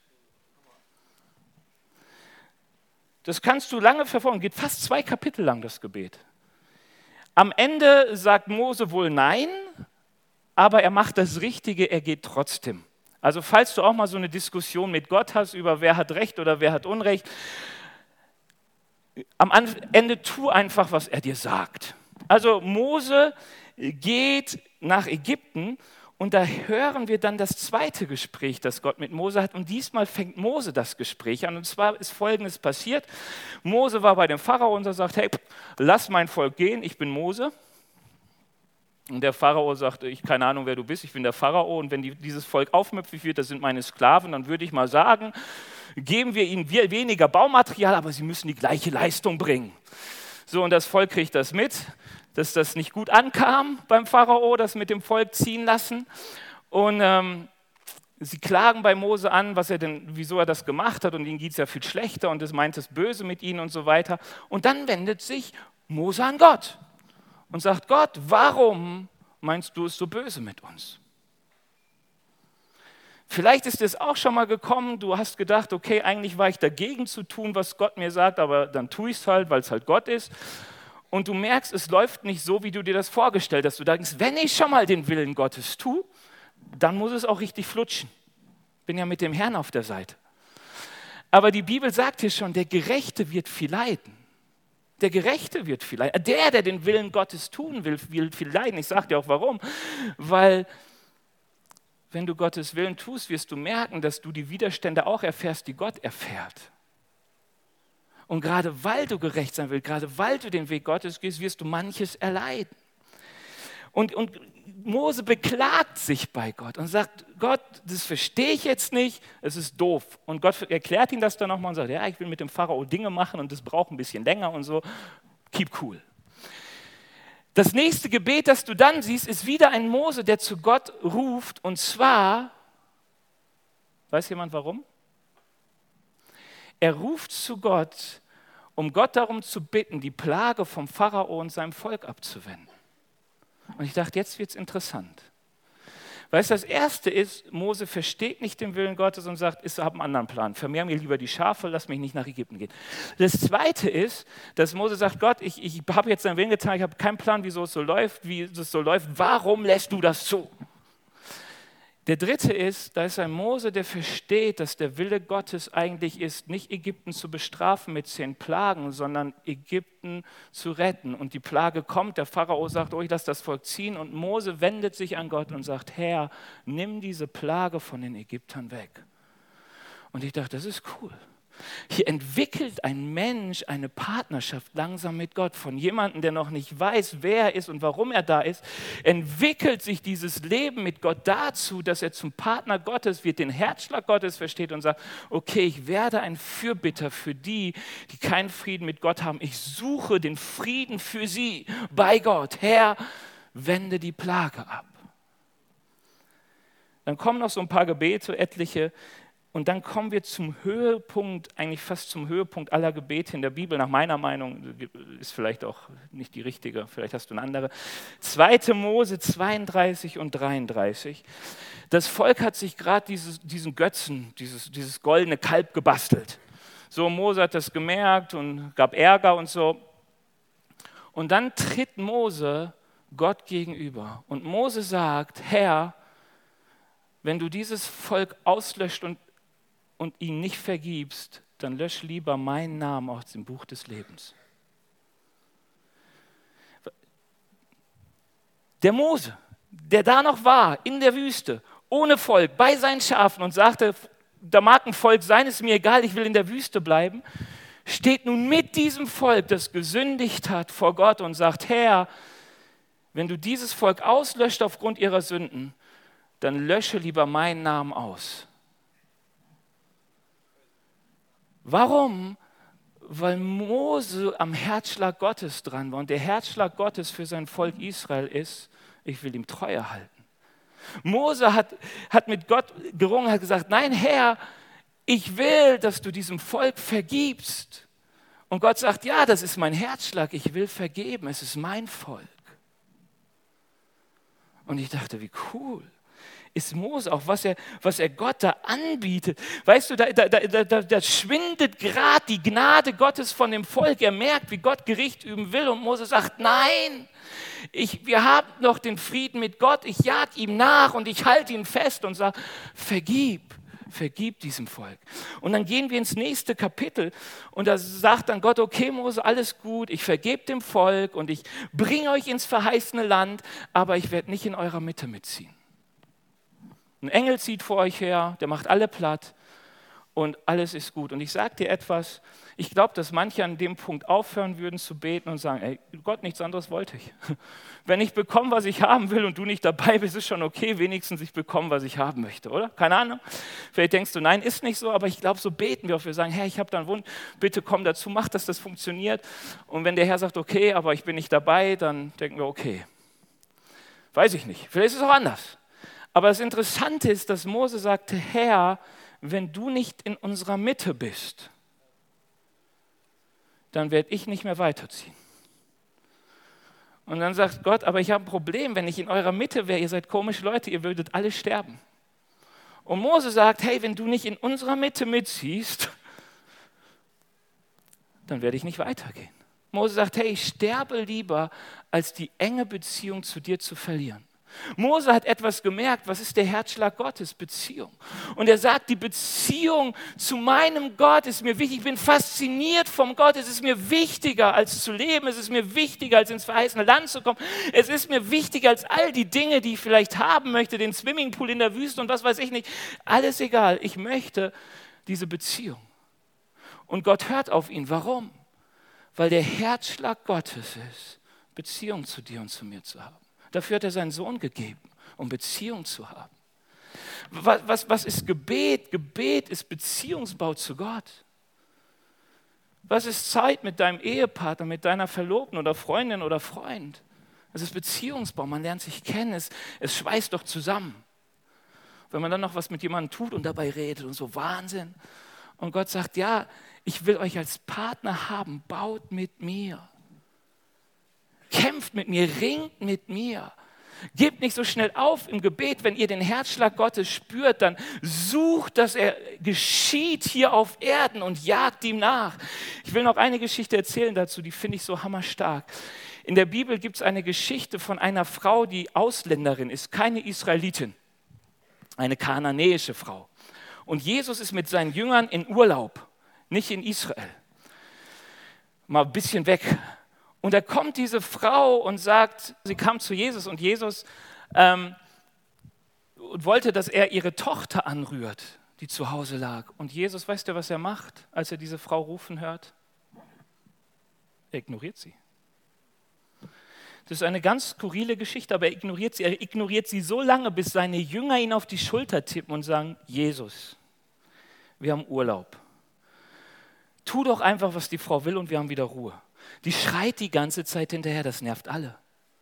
Das kannst du lange verfolgen, geht fast zwei Kapitel lang das Gebet. Am Ende sagt Mose wohl nein, aber er macht das Richtige, er geht trotzdem. Also falls du auch mal so eine Diskussion mit Gott hast über wer hat Recht oder wer hat Unrecht, am Ende tu einfach, was er dir sagt. Also Mose geht nach Ägypten Und da hören wir dann das zweite Gespräch, das Gott mit Mose hat. Und diesmal fängt Mose das Gespräch an. Und zwar ist Folgendes passiert. Mose war bei dem Pharao und er sagt, hey, lass mein Volk gehen, ich bin Mose. Und der Pharao sagt, ich keine Ahnung, wer du bist, ich bin der Pharao. Und wenn die, dieses Volk aufmüpfig wird, das sind meine Sklaven, dann würde ich mal sagen, geben wir ihnen weniger Baumaterial, aber sie müssen die gleiche Leistung bringen. So, und das Volk kriegt das mit, dass das nicht gut ankam beim Pharao, das mit dem Volk ziehen lassen. Und ähm, sie klagen bei Mose an, was er denn, wieso er das gemacht hat. Und ihnen geht es ja viel schlechter und es meint es böse mit ihnen und so weiter. Und dann wendet sich Mose an Gott und sagt, Gott, warum meinst du es so böse mit uns? Vielleicht ist es auch schon mal gekommen, du hast gedacht, okay, eigentlich war ich dagegen zu tun, was Gott mir sagt, aber dann tue ich es halt, weil es halt Gott ist. Und du merkst, es läuft nicht so, wie du dir das vorgestellt hast. Du denkst, wenn ich schon mal den Willen Gottes tue, dann muss es auch richtig flutschen. Bin ja mit dem Herrn auf der Seite. Aber die Bibel sagt hier schon, der Gerechte wird viel leiden. Der Gerechte wird viel leiden. Der, der den Willen Gottes tun will, will viel leiden. Ich sage dir auch warum. Weil wenn du Gottes Willen tust, wirst du merken, dass du die Widerstände auch erfährst, die Gott erfährt. Und gerade weil du gerecht sein willst, gerade weil du den Weg Gottes gehst, wirst du manches erleiden. Und, und Mose beklagt sich bei Gott und sagt, Gott, das verstehe ich jetzt nicht, es ist doof. Und Gott erklärt ihm das dann nochmal und sagt, ja, ich will mit dem Pharao Dinge machen und das braucht ein bisschen länger und so. Keep cool. Das nächste Gebet, das du dann siehst, ist wieder ein Mose, der zu Gott ruft. Und zwar, weiß jemand warum? Er ruft zu Gott, um Gott darum zu bitten, die Plage vom Pharao und seinem Volk abzuwenden. Und ich dachte, jetzt wird es interessant. Weißt du, das Erste ist, Mose versteht nicht den Willen Gottes und sagt, ich habe einen anderen Plan. Vermehr mir lieber die Schafe, lass mich nicht nach Ägypten gehen. Das Zweite ist, dass Mose sagt, Gott, ich, ich habe jetzt deinen Willen getan, ich habe keinen Plan, wieso es so läuft, wie es so läuft. Warum lässt du das zu? Der Dritte ist, da ist ein Mose, der versteht, dass der Wille Gottes eigentlich ist, nicht Ägypten zu bestrafen mit zehn Plagen, sondern Ägypten zu retten. Und die Plage kommt, der Pharao sagt, oh, ich lasse das Volk ziehen. Und Mose wendet sich an Gott und sagt, Herr, nimm diese Plage von den Ägyptern weg. Und ich dachte, das ist cool. Hier entwickelt ein Mensch eine Partnerschaft langsam mit Gott. Von jemandem, der noch nicht weiß, wer er ist und warum er da ist, entwickelt sich dieses Leben mit Gott dazu, dass er zum Partner Gottes wird, den Herzschlag Gottes versteht und sagt, okay, ich werde ein Fürbitter für die, die keinen Frieden mit Gott haben. Ich suche den Frieden für sie bei Gott. Herr, wende die Plage ab. Dann kommen noch so ein paar Gebete, etliche. Und dann kommen wir zum Höhepunkt, eigentlich fast zum Höhepunkt aller Gebete in der Bibel, nach meiner Meinung, ist vielleicht auch nicht die richtige, vielleicht hast du eine andere. zweite Mose zweiunddreißig und dreiunddreißig. Das Volk hat sich gerade diesen Götzen, dieses, dieses goldene Kalb gebastelt. So, Mose hat das gemerkt und gab Ärger und so. Und dann tritt Mose Gott gegenüber. Und Mose sagt, Herr, wenn du dieses Volk auslöscht und und ihn nicht vergibst, dann lösch lieber meinen Namen aus dem Buch des Lebens. Der Mose, der da noch war, in der Wüste, ohne Volk, bei seinen Schafen und sagte, da mag ein Volk sein, ist mir egal, ich will in der Wüste bleiben, steht nun mit diesem Volk, das gesündigt hat vor Gott und sagt, Herr, wenn du dieses Volk auslöscht aufgrund ihrer Sünden, dann lösche lieber meinen Namen aus. Warum? Weil Mose am Herzschlag Gottes dran war. Und der Herzschlag Gottes für sein Volk Israel ist, ich will ihm Treue halten. Mose hat, hat mit Gott gerungen, hat gesagt, nein Herr, ich will, dass du diesem Volk vergibst. Und Gott sagt, ja, das ist mein Herzschlag, ich will vergeben, es ist mein Volk. Und ich dachte, wie cool ist Mose, auch was er, was er Gott da anbietet. Weißt du, da, da, da, da, da schwindet gerade die Gnade Gottes von dem Volk. Er merkt, wie Gott Gericht üben will und Mose sagt, nein, ich, wir haben noch den Frieden mit Gott, ich jag ihm nach und ich halte ihn fest und sage, vergib, vergib diesem Volk. Und dann gehen wir ins nächste Kapitel und da sagt dann Gott, okay Mose, alles gut, ich vergebe dem Volk und ich bringe euch ins verheißene Land, aber ich werde nicht in eurer Mitte mitziehen. Ein Engel zieht vor euch her, der macht alle platt und alles ist gut. Und ich sage dir etwas, ich glaube, dass manche an dem Punkt aufhören würden zu beten und sagen, ey Gott, nichts anderes wollte ich. Wenn ich bekomme, was ich haben will und du nicht dabei bist, ist schon okay, wenigstens ich bekomme, was ich haben möchte, oder? Keine Ahnung. Vielleicht denkst du, nein, ist nicht so, aber ich glaube, so beten wir auch. Wir sagen, Herr, ich habe da einen Wunsch, bitte komm dazu, mach, dass das funktioniert. Und wenn der Herr sagt, okay, aber ich bin nicht dabei, dann denken wir, okay. Weiß ich nicht, vielleicht ist es auch anders. Aber das Interessante ist, dass Mose sagte, Herr, wenn du nicht in unserer Mitte bist, dann werde ich nicht mehr weiterziehen. Und dann sagt Gott, aber ich habe ein Problem, wenn ich in eurer Mitte wäre, ihr seid komische Leute, ihr würdet alle sterben. Und Mose sagt, hey, wenn du nicht in unserer Mitte mitziehst, dann werde ich nicht weitergehen. Mose sagt, hey, ich sterbe lieber, als die enge Beziehung zu dir zu verlieren. Mose hat etwas gemerkt, was ist der Herzschlag Gottes? Beziehung. Und er sagt, die Beziehung zu meinem Gott ist mir wichtig. Ich bin fasziniert vom Gott. Es ist mir wichtiger, als zu leben. Es ist mir wichtiger, als ins verheißene Land zu kommen. Es ist mir wichtiger, als all die Dinge, die ich vielleicht haben möchte, den Swimmingpool in der Wüste und was weiß ich nicht. Alles egal. Ich möchte diese Beziehung. Und Gott hört auf ihn. Warum? Weil der Herzschlag Gottes ist, Beziehung zu dir und zu mir zu haben. Dafür hat er seinen Sohn gegeben, um Beziehung zu haben. Was, was, was ist Gebet? Gebet ist Beziehungsbau zu Gott. Was ist Zeit mit deinem Ehepartner, mit deiner Verlobten oder Freundin oder Freund? Es ist Beziehungsbau, man lernt sich kennen, es, es schweißt doch zusammen. Wenn man dann noch was mit jemandem tut und dabei redet und so Wahnsinn. Und Gott sagt, ja, ich will euch als Partner haben, baut mit mir. Kämpft mit mir, ringt mit mir. Gebt nicht so schnell auf im Gebet, wenn ihr den Herzschlag Gottes spürt, dann sucht, dass er geschieht hier auf Erden und jagt ihm nach. Ich will noch eine Geschichte erzählen dazu, die finde ich so hammerstark. In der Bibel gibt es eine Geschichte von einer Frau, die Ausländerin ist, keine Israelitin, eine kananäische Frau. Und Jesus ist mit seinen Jüngern in Urlaub, nicht in Israel. Mal ein bisschen weg. Und da kommt diese Frau und sagt, sie kam zu Jesus und Jesus ähm, wollte, dass er ihre Tochter anrührt, die zu Hause lag. Und Jesus, weißt du, was er macht, als er diese Frau rufen hört? Er ignoriert sie. Das ist eine ganz skurrile Geschichte, aber er ignoriert sie. Er ignoriert sie so lange, bis seine Jünger ihn auf die Schulter tippen und sagen, Jesus, wir haben Urlaub. Tu doch einfach, was die Frau will und wir haben wieder Ruhe. Die schreit die ganze Zeit hinterher, das nervt alle.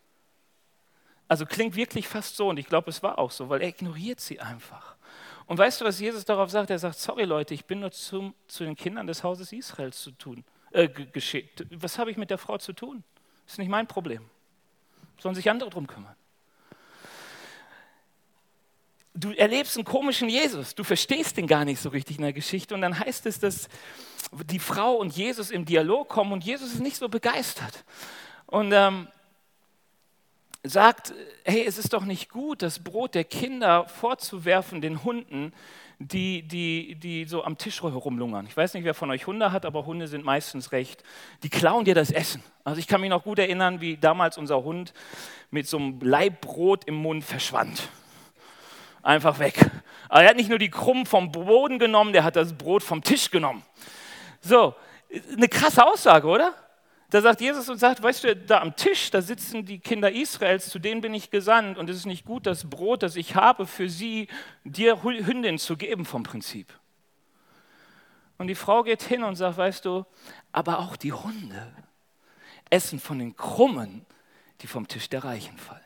Also klingt wirklich fast so und ich glaube, es war auch so, weil er ignoriert sie einfach. Und weißt du, was Jesus darauf sagt? Er sagt, sorry Leute, ich bin nur zum, zu den Kindern des Hauses Israels zu tun, äh, geschickt. Was habe ich mit der Frau zu tun? Das ist nicht mein Problem. Sollen sich andere drum kümmern. Du erlebst einen komischen Jesus, du verstehst den gar nicht so richtig in der Geschichte und dann heißt es, dass die Frau und Jesus im Dialog kommen und Jesus ist nicht so begeistert und ähm, sagt, hey, es ist doch nicht gut, das Brot der Kinder vorzuwerfen den Hunden, die, die, die so am Tisch herumlungern. Ich weiß nicht, wer von euch Hunde hat, aber Hunde sind meistens recht, die klauen dir das Essen. Also ich kann mich noch gut erinnern, wie damals unser Hund mit so einem Laib Brot im Mund verschwand. Einfach weg. Aber er hat nicht nur die Krumen vom Boden genommen, der hat das Brot vom Tisch genommen. So, eine krasse Aussage, oder? Da sagt Jesus und sagt, weißt du, da am Tisch, da sitzen die Kinder Israels, zu denen bin ich gesandt und es ist nicht gut, das Brot, das ich habe, für sie, dir Hündin zu geben vom Prinzip. Und die Frau geht hin und sagt, weißt du, aber auch die Hunde essen von den Krummen, die vom Tisch der Reichen fallen.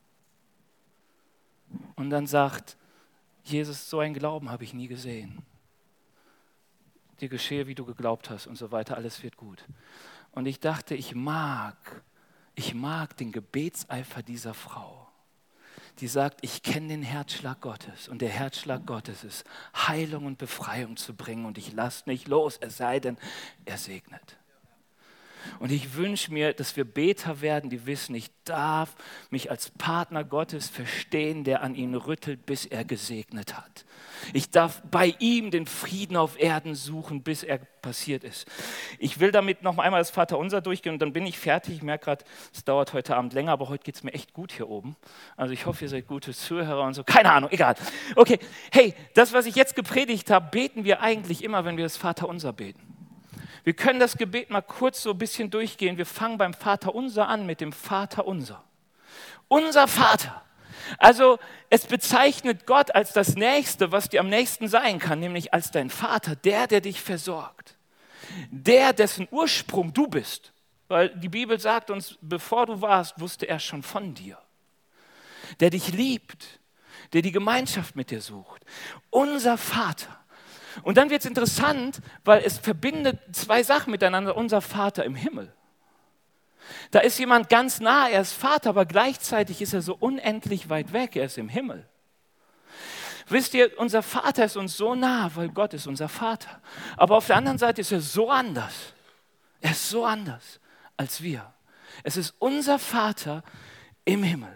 Und dann sagt Jesus, so einen Glauben habe ich nie gesehen. Dir geschehe, wie du geglaubt hast und so weiter, alles wird gut. Und ich dachte, ich mag, ich mag den Gebetseifer dieser Frau, die sagt, ich kenne den Herzschlag Gottes und der Herzschlag Gottes ist, Heilung und Befreiung zu bringen und ich lasse nicht los, es sei denn, er segnet. Und ich wünsche mir, dass wir Beter werden, die wissen, ich darf mich als Partner Gottes verstehen, der an ihn rüttelt, bis er gesegnet hat. Ich darf bei ihm den Frieden auf Erden suchen, bis er passiert ist. Ich will damit noch einmal das Vaterunser durchgehen und dann bin ich fertig. Ich merke gerade, es dauert heute Abend länger, aber heute geht es mir echt gut hier oben. Also ich hoffe, ihr seid gute Zuhörer und so. Keine Ahnung, egal. Okay, hey, das, was ich jetzt gepredigt habe, beten wir eigentlich immer, wenn wir das Vaterunser beten. Wir können das Gebet mal kurz so ein bisschen durchgehen. Wir fangen beim Vaterunser an mit dem Vaterunser. Unser Vater. Also es bezeichnet Gott als das Nächste, was dir am nächsten sein kann, nämlich als dein Vater, der, der dich versorgt. Der, dessen Ursprung du bist. Weil die Bibel sagt uns, bevor du warst, wusste er schon von dir. Der dich liebt, der die Gemeinschaft mit dir sucht. Unser Vater. Und dann wird es interessant, weil es verbindet zwei Sachen miteinander. Unser Vater im Himmel. Da ist jemand ganz nah, er ist Vater, aber gleichzeitig ist er so unendlich weit weg, er ist im Himmel. Wisst ihr, unser Vater ist uns so nah, weil Gott ist unser Vater. Aber auf der anderen Seite ist er so anders. Er ist so anders als wir. Es ist unser Vater im Himmel.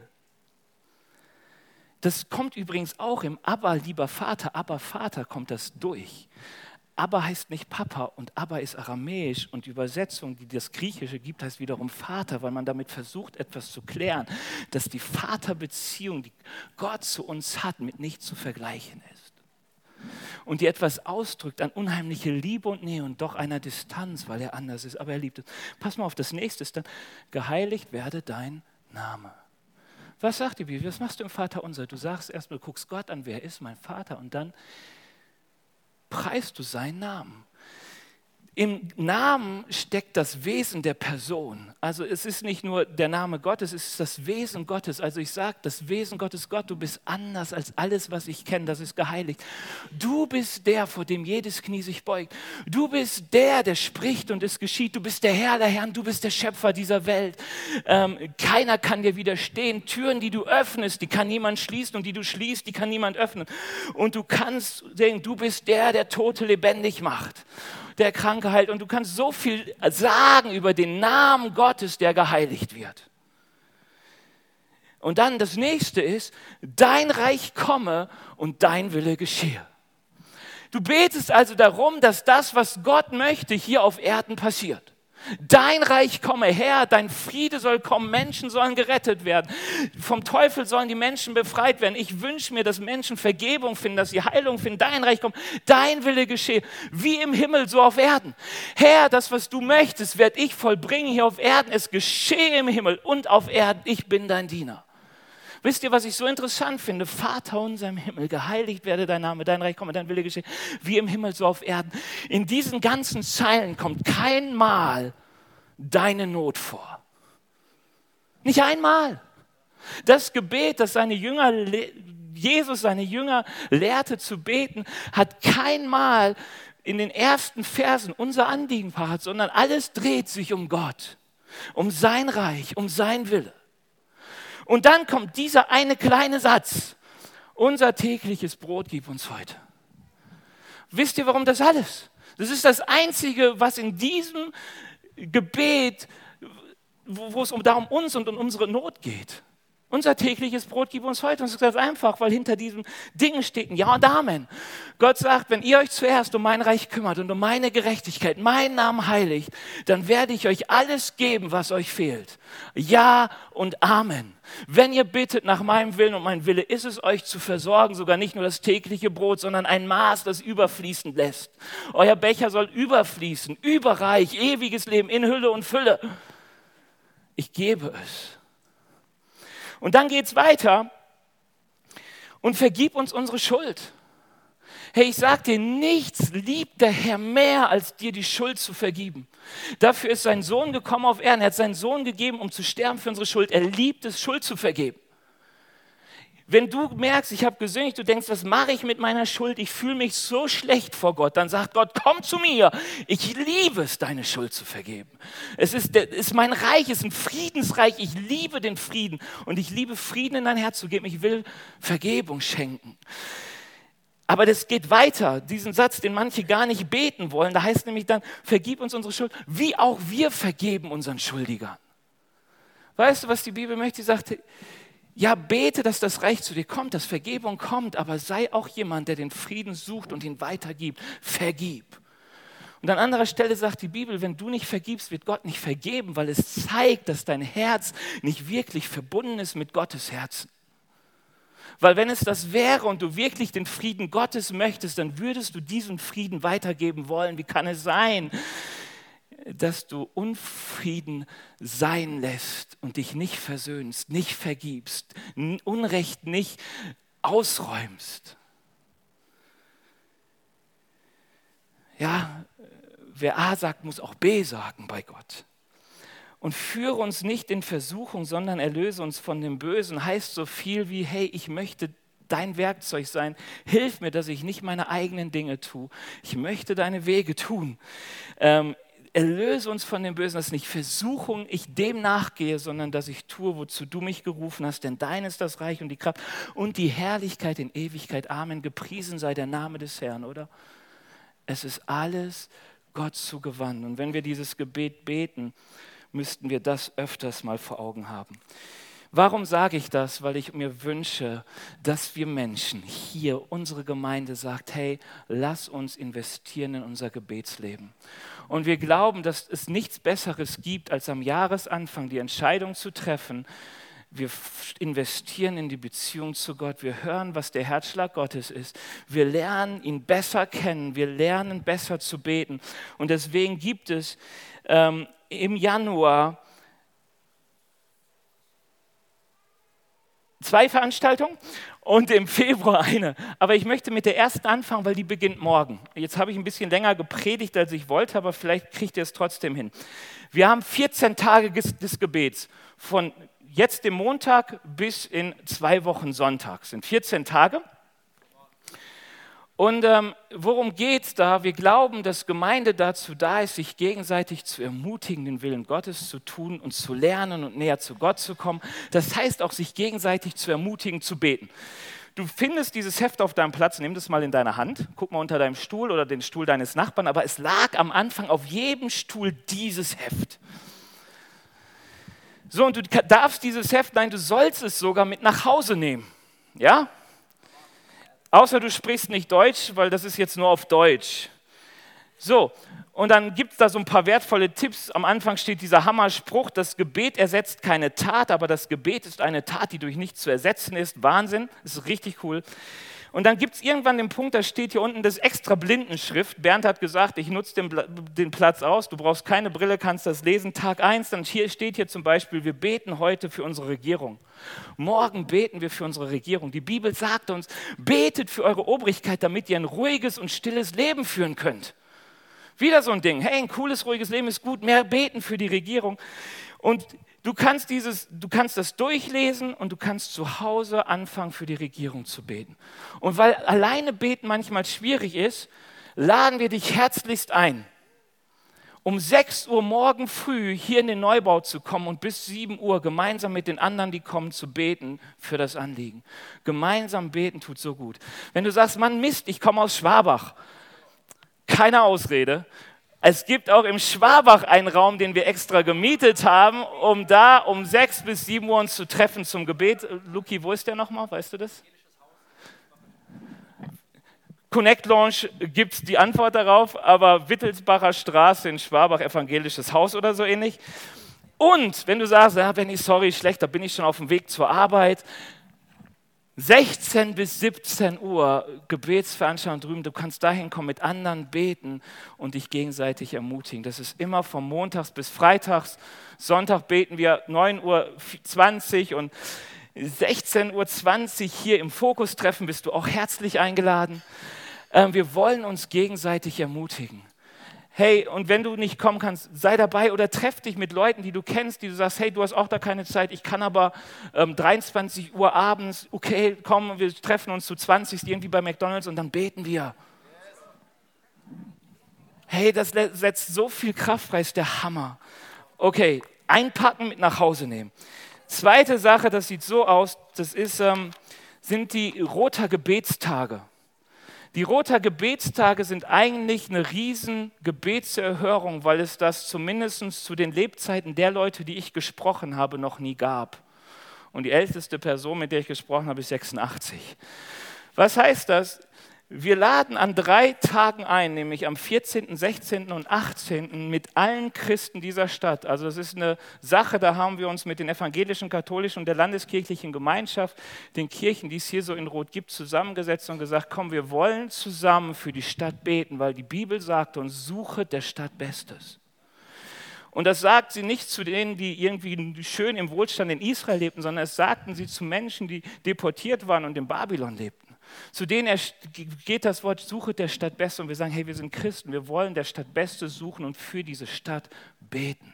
Das kommt übrigens auch im Abba, lieber Vater, Abba, Vater, kommt das durch. Abba heißt nicht Papa und Abba ist aramäisch und die Übersetzung, die das Griechische gibt, heißt wiederum Vater, weil man damit versucht, etwas zu klären, dass die Vaterbeziehung, die Gott zu uns hat, mit nichts zu vergleichen ist. Und die etwas ausdrückt an unheimliche Liebe und Nähe und doch einer Distanz, weil er anders ist, aber er liebt es. Pass mal auf, das nächste ist dann, geheiligt werde dein Name. Was sagt die Bibel? Was machst du im Vaterunser? Du sagst erstmal, du guckst Gott an, wer ist mein Vater? Und dann preist du seinen Namen. Im Namen steckt das Wesen der Person. Also es ist nicht nur der Name Gottes, es ist das Wesen Gottes. Also ich sage, das Wesen Gottes, Gott, du bist anders als alles, was ich kenne, das ist geheiligt. Du bist der, vor dem jedes Knie sich beugt. Du bist der, der spricht und es geschieht. Du bist der Herr der Herren, du bist der Schöpfer dieser Welt. Ähm, keiner kann dir widerstehen. Türen, die du öffnest, die kann niemand schließen und die du schließt, die kann niemand öffnen. Und du kannst denken, du bist der, der Tote lebendig macht. Der Kranke heilt. Und du kannst so viel sagen über den Namen Gottes, der geheiligt wird. Und dann das nächste ist, dein Reich komme und dein Wille geschehe. Du betest also darum, dass das, was Gott möchte, hier auf Erden passiert. Dein Reich komme her, dein Friede soll kommen, Menschen sollen gerettet werden. Vom Teufel sollen die Menschen befreit werden. Ich wünsche mir, dass Menschen Vergebung finden, dass sie Heilung finden. Dein Reich kommt, dein Wille geschehe, wie im Himmel, so auf Erden. Herr, das, was du möchtest, werde ich vollbringen hier auf Erden. Es geschehe im Himmel und auf Erden. Ich bin dein Diener. Wisst ihr, was ich so interessant finde? Vater unser im Himmel, geheiligt werde dein Name, dein Reich komme, dein Wille geschehe, wie im Himmel, so auf Erden. In diesen ganzen Zeilen kommt kein Mal deine Not vor. Nicht einmal. Das Gebet, das seine Jünger, Jesus seine Jünger lehrte zu beten, hat kein Mal in den ersten Versen unser Anliegen parat, sondern alles dreht sich um Gott, um sein Reich, um sein Wille. Und dann kommt dieser eine kleine Satz. Unser tägliches Brot gib uns heute. Wisst ihr, warum das alles? Das ist das Einzige, was in diesem Gebet, wo, wo es um, darum uns und um unsere Not geht. Unser tägliches Brot gib uns heute. Und es ist ganz einfach, weil hinter diesem Ding steht ein Ja und Amen. Gott sagt, wenn ihr euch zuerst um mein Reich kümmert und um meine Gerechtigkeit, meinen Namen heiligt, dann werde ich euch alles geben, was euch fehlt. Ja und Amen. Wenn ihr bittet nach meinem Willen und mein Wille, ist es euch zu versorgen, sogar nicht nur das tägliche Brot, sondern ein Maß, das überfließen lässt. Euer Becher soll überfließen, überreich, ewiges Leben in Hülle und Fülle. Ich gebe es. Und dann geht es weiter und vergib uns unsere Schuld. Hey, ich sag dir, nichts liebt der Herr mehr, als dir die Schuld zu vergeben. Dafür ist sein Sohn gekommen auf Erden. Er hat seinen Sohn gegeben, um zu sterben für unsere Schuld. Er liebt es, Schuld zu vergeben. Wenn du merkst, ich habe gesündigt, du denkst, was mache ich mit meiner Schuld? Ich fühle mich so schlecht vor Gott. Dann sagt Gott, komm zu mir. Ich liebe es, deine Schuld zu vergeben. Es ist, es ist mein Reich, es ist ein Friedensreich. Ich liebe den Frieden und ich liebe Frieden in dein Herz zu geben. Ich will Vergebung schenken. Aber das geht weiter, diesen Satz, den manche gar nicht beten wollen. Da heißt nämlich dann, vergib uns unsere Schuld, wie auch wir vergeben unseren Schuldigern. Weißt du, was die Bibel möchte? Sie sagt, ja, bete, dass das Reich zu dir kommt, dass Vergebung kommt, aber sei auch jemand, der den Frieden sucht und ihn weitergibt. Vergib. Und an anderer Stelle sagt die Bibel, wenn du nicht vergibst, wird Gott nicht vergeben, weil es zeigt, dass dein Herz nicht wirklich verbunden ist mit Gottes Herzen. Weil wenn es das wäre und du wirklich den Frieden Gottes möchtest, dann würdest du diesen Frieden weitergeben wollen. Wie kann es sein, dass du Unfrieden sein lässt und dich nicht versöhnst, nicht vergibst, Unrecht nicht ausräumst? Ja, wer A sagt, muss auch B sagen bei Gott. Und führe uns nicht in Versuchung, sondern erlöse uns von dem Bösen, heißt so viel wie, hey, ich möchte dein Werkzeug sein. Hilf mir, dass ich nicht meine eigenen Dinge tue. Ich möchte deine Wege tun. Ähm, erlöse uns von dem Bösen, dass nicht Versuchung ich dem nachgehe, sondern dass ich tue, wozu du mich gerufen hast. Denn dein ist das Reich und die Kraft und die Herrlichkeit in Ewigkeit. Amen. Gepriesen sei der Name des Herrn, oder? Es ist alles Gott zugewandt. Und wenn wir dieses Gebet beten, müssten wir das öfters mal vor Augen haben. Warum sage ich das? Weil ich mir wünsche, dass wir Menschen hier, unsere Gemeinde sagt, hey, lass uns investieren in unser Gebetsleben. Und wir glauben, dass es nichts Besseres gibt, als am Jahresanfang die Entscheidung zu treffen, wir investieren in die Beziehung zu Gott. Wir hören, was der Herzschlag Gottes ist. Wir lernen ihn besser kennen. Wir lernen besser zu beten. Und deswegen gibt es ähm, im Januar zwei Veranstaltungen und im Februar eine. Aber ich möchte mit der ersten anfangen, weil die beginnt morgen. Jetzt habe ich ein bisschen länger gepredigt, als ich wollte, aber vielleicht kriegt ihr es trotzdem hin. Wir haben vierzehn Tage des Gebets von jetzt dem Montag bis in zwei Wochen Sonntag. Das sind vierzehn Tage. Und ähm, worum geht es da? Wir glauben, dass Gemeinde dazu da ist, sich gegenseitig zu ermutigen, den Willen Gottes zu tun und zu lernen und näher zu Gott zu kommen. Das heißt auch, sich gegenseitig zu ermutigen, zu beten. Du findest dieses Heft auf deinem Platz, nimm das mal in deine Hand, guck mal unter deinem Stuhl oder den Stuhl deines Nachbarn, aber es lag am Anfang auf jedem Stuhl dieses Heft. So, und du darfst dieses Heft, nein, du sollst es sogar mit nach Hause nehmen, ja? Außer du sprichst nicht Deutsch, weil das ist jetzt nur auf Deutsch. So, und dann gibt es da so ein paar wertvolle Tipps. Am Anfang steht dieser Hammerspruch, das Gebet ersetzt keine Tat, aber das Gebet ist eine Tat, die durch nichts zu ersetzen ist. Wahnsinn, das ist richtig cool. Und dann gibt es irgendwann den Punkt, da steht hier unten das extra Blindenschrift. Bernd hat gesagt, ich nutze den, den Platz aus, du brauchst keine Brille, kannst das lesen. Tag eins, dann hier steht hier zum Beispiel, wir beten heute für unsere Regierung. Morgen beten wir für unsere Regierung. Die Bibel sagt uns, betet für eure Obrigkeit, damit ihr ein ruhiges und stilles Leben führen könnt. Wieder so ein Ding, hey, ein cooles, ruhiges Leben ist gut, mehr beten für die Regierung. Und du kannst, dieses, du kannst das durchlesen und du kannst zu Hause anfangen, für die Regierung zu beten. Und weil alleine beten manchmal schwierig ist, laden wir dich herzlichst ein, um sechs Uhr morgen früh hier in den Neubau zu kommen und bis sieben Uhr gemeinsam mit den anderen, die kommen, zu beten für das Anliegen. Gemeinsam beten tut so gut. Wenn du sagst, Mann, Mist, ich komme aus Schwabach, keine Ausrede. Es gibt auch im Schwabach einen Raum, den wir extra gemietet haben, um da um sechs bis sieben Uhr uns zu treffen zum Gebet. Luki, wo ist der nochmal? Weißt du das? Connect Launch gibt es die Antwort darauf, aber Wittelsbacher Straße in Schwabach, evangelisches Haus oder so ähnlich. Und wenn du sagst, ja, Benni, sorry, schlecht, da bin ich schon auf dem Weg zur Arbeit, sechzehn bis siebzehn Uhr Gebetsveranstaltung drüben, du kannst dahin kommen, mit anderen beten und dich gegenseitig ermutigen. Das ist immer von Montags bis Freitags. Sonntag beten wir neun Uhr zwanzig und sechzehn Uhr zwanzig hier im Fokus treffen, bist du auch herzlich eingeladen. Wir wollen uns gegenseitig ermutigen. Hey, und wenn du nicht kommen kannst, sei dabei oder treff dich mit Leuten, die du kennst, die du sagst, hey, du hast auch da keine Zeit, ich kann aber ähm, dreiundzwanzig Uhr abends, okay, komm, wir treffen uns zu zwanzig irgendwie bei McDonald's und dann beten wir. Hey, das setzt so viel Kraft frei, ist der Hammer. Okay, einpacken, mit nach Hause nehmen. Zweite Sache, das sieht so aus, das ist, ähm, sind die Roter Gebetstage. Die Rother Gebetstage sind eigentlich eine riesen Gebetserhörung, weil es das zumindest zu den Lebzeiten der Leute, die ich gesprochen habe, noch nie gab. Und die älteste Person, mit der ich gesprochen habe, ist sechsundachtzig. Was heißt das? Wir laden an drei Tagen ein, nämlich am vierzehnten, sechzehnten und achtzehnten mit allen Christen dieser Stadt. Also das ist eine Sache, da haben wir uns mit den evangelischen, katholischen und der landeskirchlichen Gemeinschaft, den Kirchen, die es hier so in Rot gibt, zusammengesetzt und gesagt, komm, wir wollen zusammen für die Stadt beten, weil die Bibel sagt uns, suche der Stadt Bestes. Und das sagt sie nicht zu denen, die irgendwie schön im Wohlstand in Israel lebten, sondern es sagten sie zu Menschen, die deportiert waren und in Babylon lebten. Zu denen geht das Wort, suche der Stadt Bestes. Und wir sagen, hey, wir sind Christen, wir wollen der Stadt Bestes suchen und für diese Stadt beten.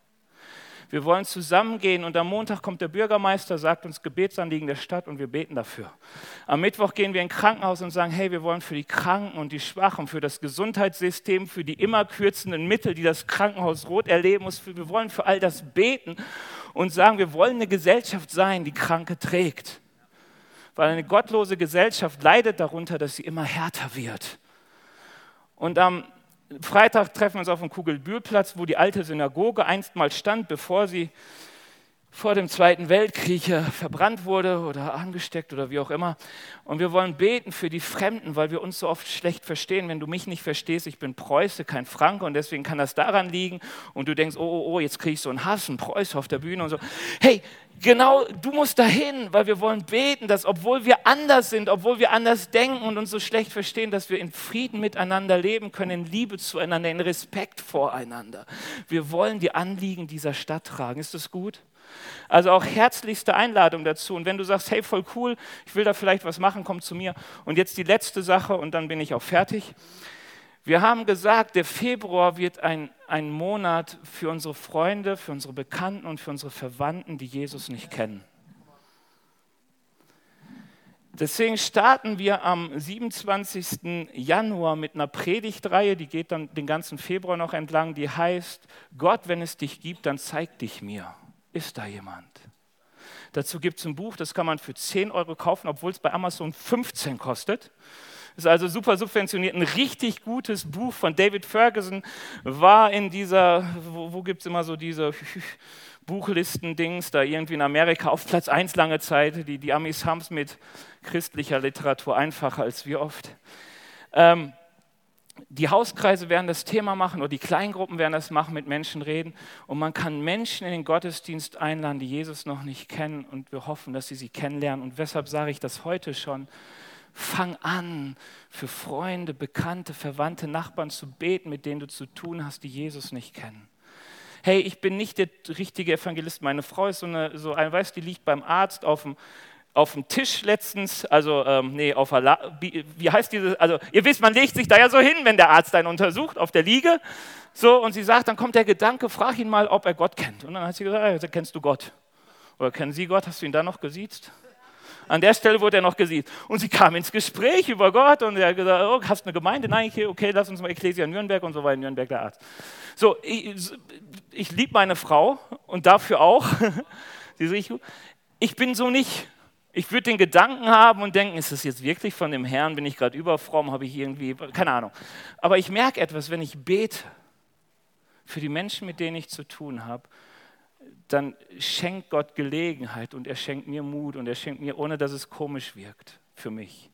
Wir wollen zusammengehen und am Montag kommt der Bürgermeister, sagt uns Gebetsanliegen der Stadt und wir beten dafür. Am Mittwoch gehen wir in ein Krankenhaus und sagen, hey, wir wollen für die Kranken und die Schwachen, für das Gesundheitssystem, für die immer kürzenden Mittel, die das Krankenhaus Rot erleben muss, wir wollen für all das beten und sagen, wir wollen eine Gesellschaft sein, die Kranke trägt. Weil eine gottlose Gesellschaft leidet darunter, dass sie immer härter wird. Und am Freitag treffen wir uns auf dem Kugelbühlplatz, wo die alte Synagoge einstmals stand, bevor sie vor dem Zweiten Weltkrieg verbrannt wurde oder angesteckt oder wie auch immer. Und wir wollen beten für die Fremden, weil wir uns so oft schlecht verstehen. Wenn du mich nicht verstehst, ich bin Preuße, kein Franke und deswegen kann das daran liegen. Und du denkst, oh, oh, oh, jetzt kriege ich so einen Hass, einen Preuße auf der Bühne und so. Hey, genau, du musst dahin, weil wir wollen beten, dass obwohl wir anders sind, obwohl wir anders denken und uns so schlecht verstehen, dass wir in Frieden miteinander leben können, in Liebe zueinander, in Respekt voreinander. Wir wollen die Anliegen dieser Stadt tragen. Ist das gut? Also auch herzlichste Einladung dazu. Und wenn du sagst, hey, voll cool, ich will da vielleicht was machen, komm zu mir. Und jetzt die letzte Sache und dann bin ich auch fertig. Wir haben gesagt, der Februar wird ein, ein Monat für unsere Freunde, für unsere Bekannten und für unsere Verwandten, die Jesus nicht kennen. Deswegen starten wir am siebenundzwanzigsten Januar mit einer Predigtreihe, die geht dann den ganzen Februar noch entlang, die heißt, Gott, wenn es dich gibt, dann zeig dich mir. Ist da jemand? Dazu gibt es ein Buch, das kann man für zehn Euro kaufen, obwohl es bei Amazon fünfzehn kostet. Ist also super subventioniert, ein richtig gutes Buch von David Ferguson, war in dieser, wo, wo gibt es immer so diese Buchlisten-Dings, da irgendwie in Amerika auf Platz eins lange Zeit, die, die Amis haben es mit christlicher Literatur einfacher als wir oft. Ähm, Die Hauskreise werden das Thema machen oder die Kleingruppen werden das machen, mit Menschen reden. Und man kann Menschen in den Gottesdienst einladen, die Jesus noch nicht kennen und wir hoffen, dass sie sie kennenlernen. Und weshalb sage ich das heute schon? Fang an, für Freunde, Bekannte, Verwandte, Nachbarn zu beten, mit denen du zu tun hast, die Jesus nicht kennen. Hey, ich bin nicht der richtige Evangelist. Meine Frau ist so eine, so ein, weißt, die liegt beim Arzt auf dem auf dem Tisch letztens, also ähm, nee, auf der, La- wie, wie heißt diese, also ihr wisst, man legt sich da ja so hin, wenn der Arzt einen untersucht, auf der Liege, so, und sie sagt, dann kommt der Gedanke, frag ihn mal, ob er Gott kennt. Und dann hat sie gesagt, ja, kennst du Gott? Oder kennen Sie Gott? Hast du ihn da noch gesiezt? An der Stelle wurde er noch gesiezt. Und sie kam ins Gespräch über Gott und er hat gesagt, oh, hast du eine Gemeinde? Nein, okay, okay, lass uns mal Ekklesia Nürnberg, und so war in Nürnberg der Arzt. So, ich, ich liebe meine Frau und dafür auch, sie sehe ich gut. Ich bin so nicht. Ich würde den Gedanken haben und denken, ist das jetzt wirklich von dem Herrn, bin ich gerade überfromm, habe ich irgendwie, keine Ahnung. Aber ich merke etwas, wenn ich bete für die Menschen, mit denen ich zu tun habe, dann schenkt Gott Gelegenheit und er schenkt mir Mut und er schenkt mir, ohne dass es komisch wirkt, für mich.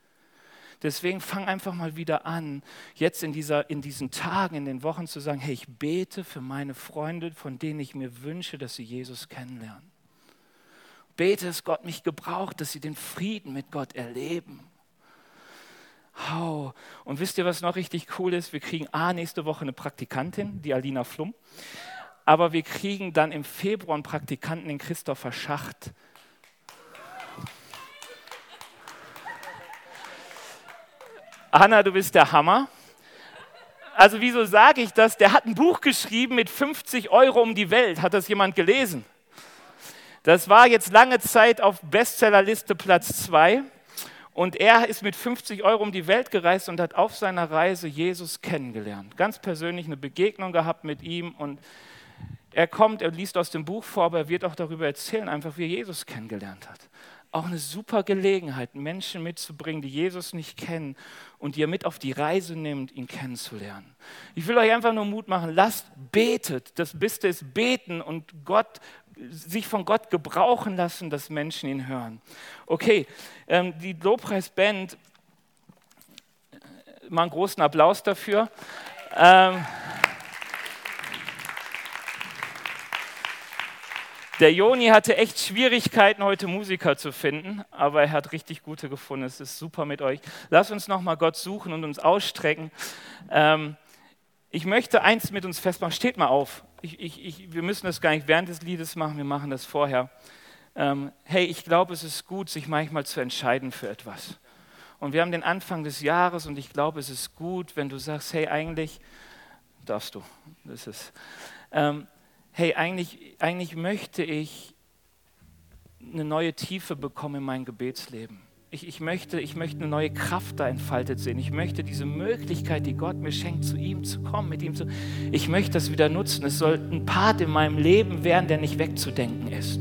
Deswegen fang einfach mal wieder an, jetzt in, dieser, in diesen Tagen, in den Wochen zu sagen, hey, ich bete für meine Freunde, von denen ich mir wünsche, dass sie Jesus kennenlernen. Bete, dass Gott mich gebraucht, dass sie den Frieden mit Gott erleben. Oh. Und wisst ihr, was noch richtig cool ist? Wir kriegen A, nächste Woche eine Praktikantin, die Alina Flum, aber wir kriegen dann im Februar einen Praktikanten, den Christopher Schacht. Anna, du bist der Hammer. Also wieso sage ich das? Der hat ein Buch geschrieben mit fünfzig Euro um die Welt. Hat das jemand gelesen? Das war jetzt lange Zeit auf Bestsellerliste Platz zwei und er ist mit fünfzig Euro um die Welt gereist und hat auf seiner Reise Jesus kennengelernt. Ganz persönlich eine Begegnung gehabt mit ihm und er kommt, er liest aus dem Buch vor, aber er wird auch darüber erzählen, einfach wie er Jesus kennengelernt hat. auch eine super Gelegenheit, Menschen mitzubringen, die Jesus nicht kennen und die ihr mit auf die Reise nimmt, ihn kennenzulernen. Ich will euch einfach nur Mut machen, lasst, betet. Das Beste ist beten und Gott, sich von Gott gebrauchen lassen, dass Menschen ihn hören. Okay, ähm, die Lobpreisband, mal einen großen Applaus dafür. Ähm, Der Joni hatte echt Schwierigkeiten, heute Musiker zu finden, aber er hat richtig gute gefunden. Es ist super mit euch. Lasst uns nochmal Gott suchen und uns ausstrecken. Ähm, ich möchte eins mit uns festmachen. Steht mal auf. Ich, ich, ich, wir müssen das gar nicht während des Liedes machen, wir machen das vorher. Ähm, hey, ich glaube, es ist gut, sich manchmal zu entscheiden für etwas. Und wir haben den Anfang des Jahres und ich glaube, es ist gut, wenn du sagst, hey, eigentlich darfst du. Das ist... Ähm, hey, eigentlich, eigentlich möchte ich eine neue Tiefe bekommen in mein Gebetsleben. Ich, ich, möchte, ich möchte eine neue Kraft da entfaltet sehen. Ich möchte diese Möglichkeit, die Gott mir schenkt, zu ihm zu kommen, mit ihm zu. Ich möchte das wieder nutzen. Es soll ein Part in meinem Leben werden, der nicht wegzudenken ist.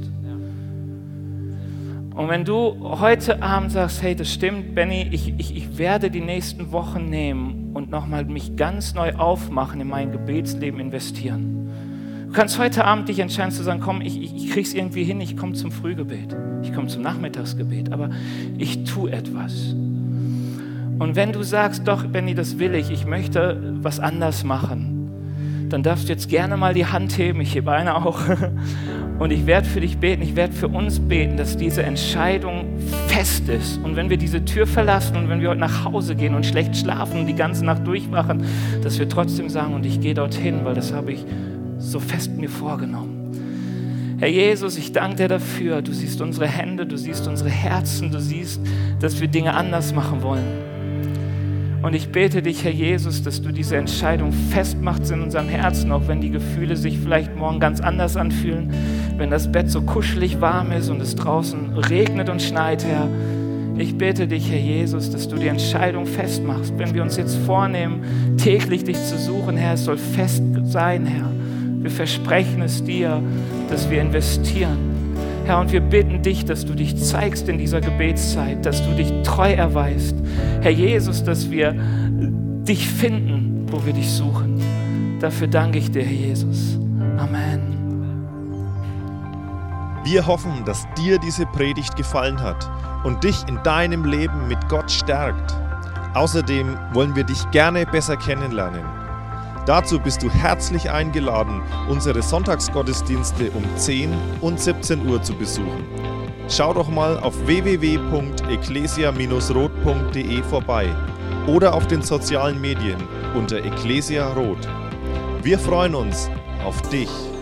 Und wenn du heute Abend sagst, hey, das stimmt, Benny, ich, ich, ich werde die nächsten Wochen nehmen und nochmal mich ganz neu aufmachen, in mein Gebetsleben investieren. Du kannst heute Abend dich entscheiden zu sagen, komm, ich, ich, ich krieg's irgendwie hin, ich komme zum Frühgebet, ich komme zum Nachmittagsgebet, aber ich tue etwas. Und wenn du sagst, doch, Benni, das will ich, ich möchte was anders machen, dann darfst du jetzt gerne mal die Hand heben, ich hebe eine auch, und ich werde für dich beten, ich werde für uns beten, dass diese Entscheidung fest ist. Und wenn wir diese Tür verlassen und wenn wir heute nach Hause gehen und schlecht schlafen und die ganze Nacht durchwachen, dass wir trotzdem sagen, und ich gehe dorthin, weil das habe ich so fest mir vorgenommen. Herr Jesus, ich danke dir dafür. Du siehst unsere Hände, du siehst unsere Herzen, du siehst, dass wir Dinge anders machen wollen. Und ich bete dich, Herr Jesus, dass du diese Entscheidung festmachst in unserem Herzen, auch wenn die Gefühle sich vielleicht morgen ganz anders anfühlen, wenn das Bett so kuschelig warm ist und es draußen regnet und schneit, Herr. Ich bete dich, Herr Jesus, dass du die Entscheidung festmachst. Wenn wir uns jetzt vornehmen, täglich dich zu suchen, Herr, es soll fest sein, Herr. Wir versprechen es dir, dass wir investieren. Herr, und wir bitten dich, dass du dich zeigst in dieser Gebetszeit, dass du dich treu erweist. Herr Jesus, dass wir dich finden, wo wir dich suchen. Dafür danke ich dir, Herr Jesus. Amen. Wir hoffen, dass dir diese Predigt gefallen hat und dich in deinem Leben mit Gott stärkt. Außerdem wollen wir dich gerne besser kennenlernen. Dazu bist du herzlich eingeladen, unsere Sonntagsgottesdienste um zehn und siebzehn Uhr zu besuchen. Schau doch mal auf w w w punkt ecclesia Bindestrich rot punkt d e vorbei oder auf den sozialen Medien unter Ecclesia Rot. Wir freuen uns auf dich.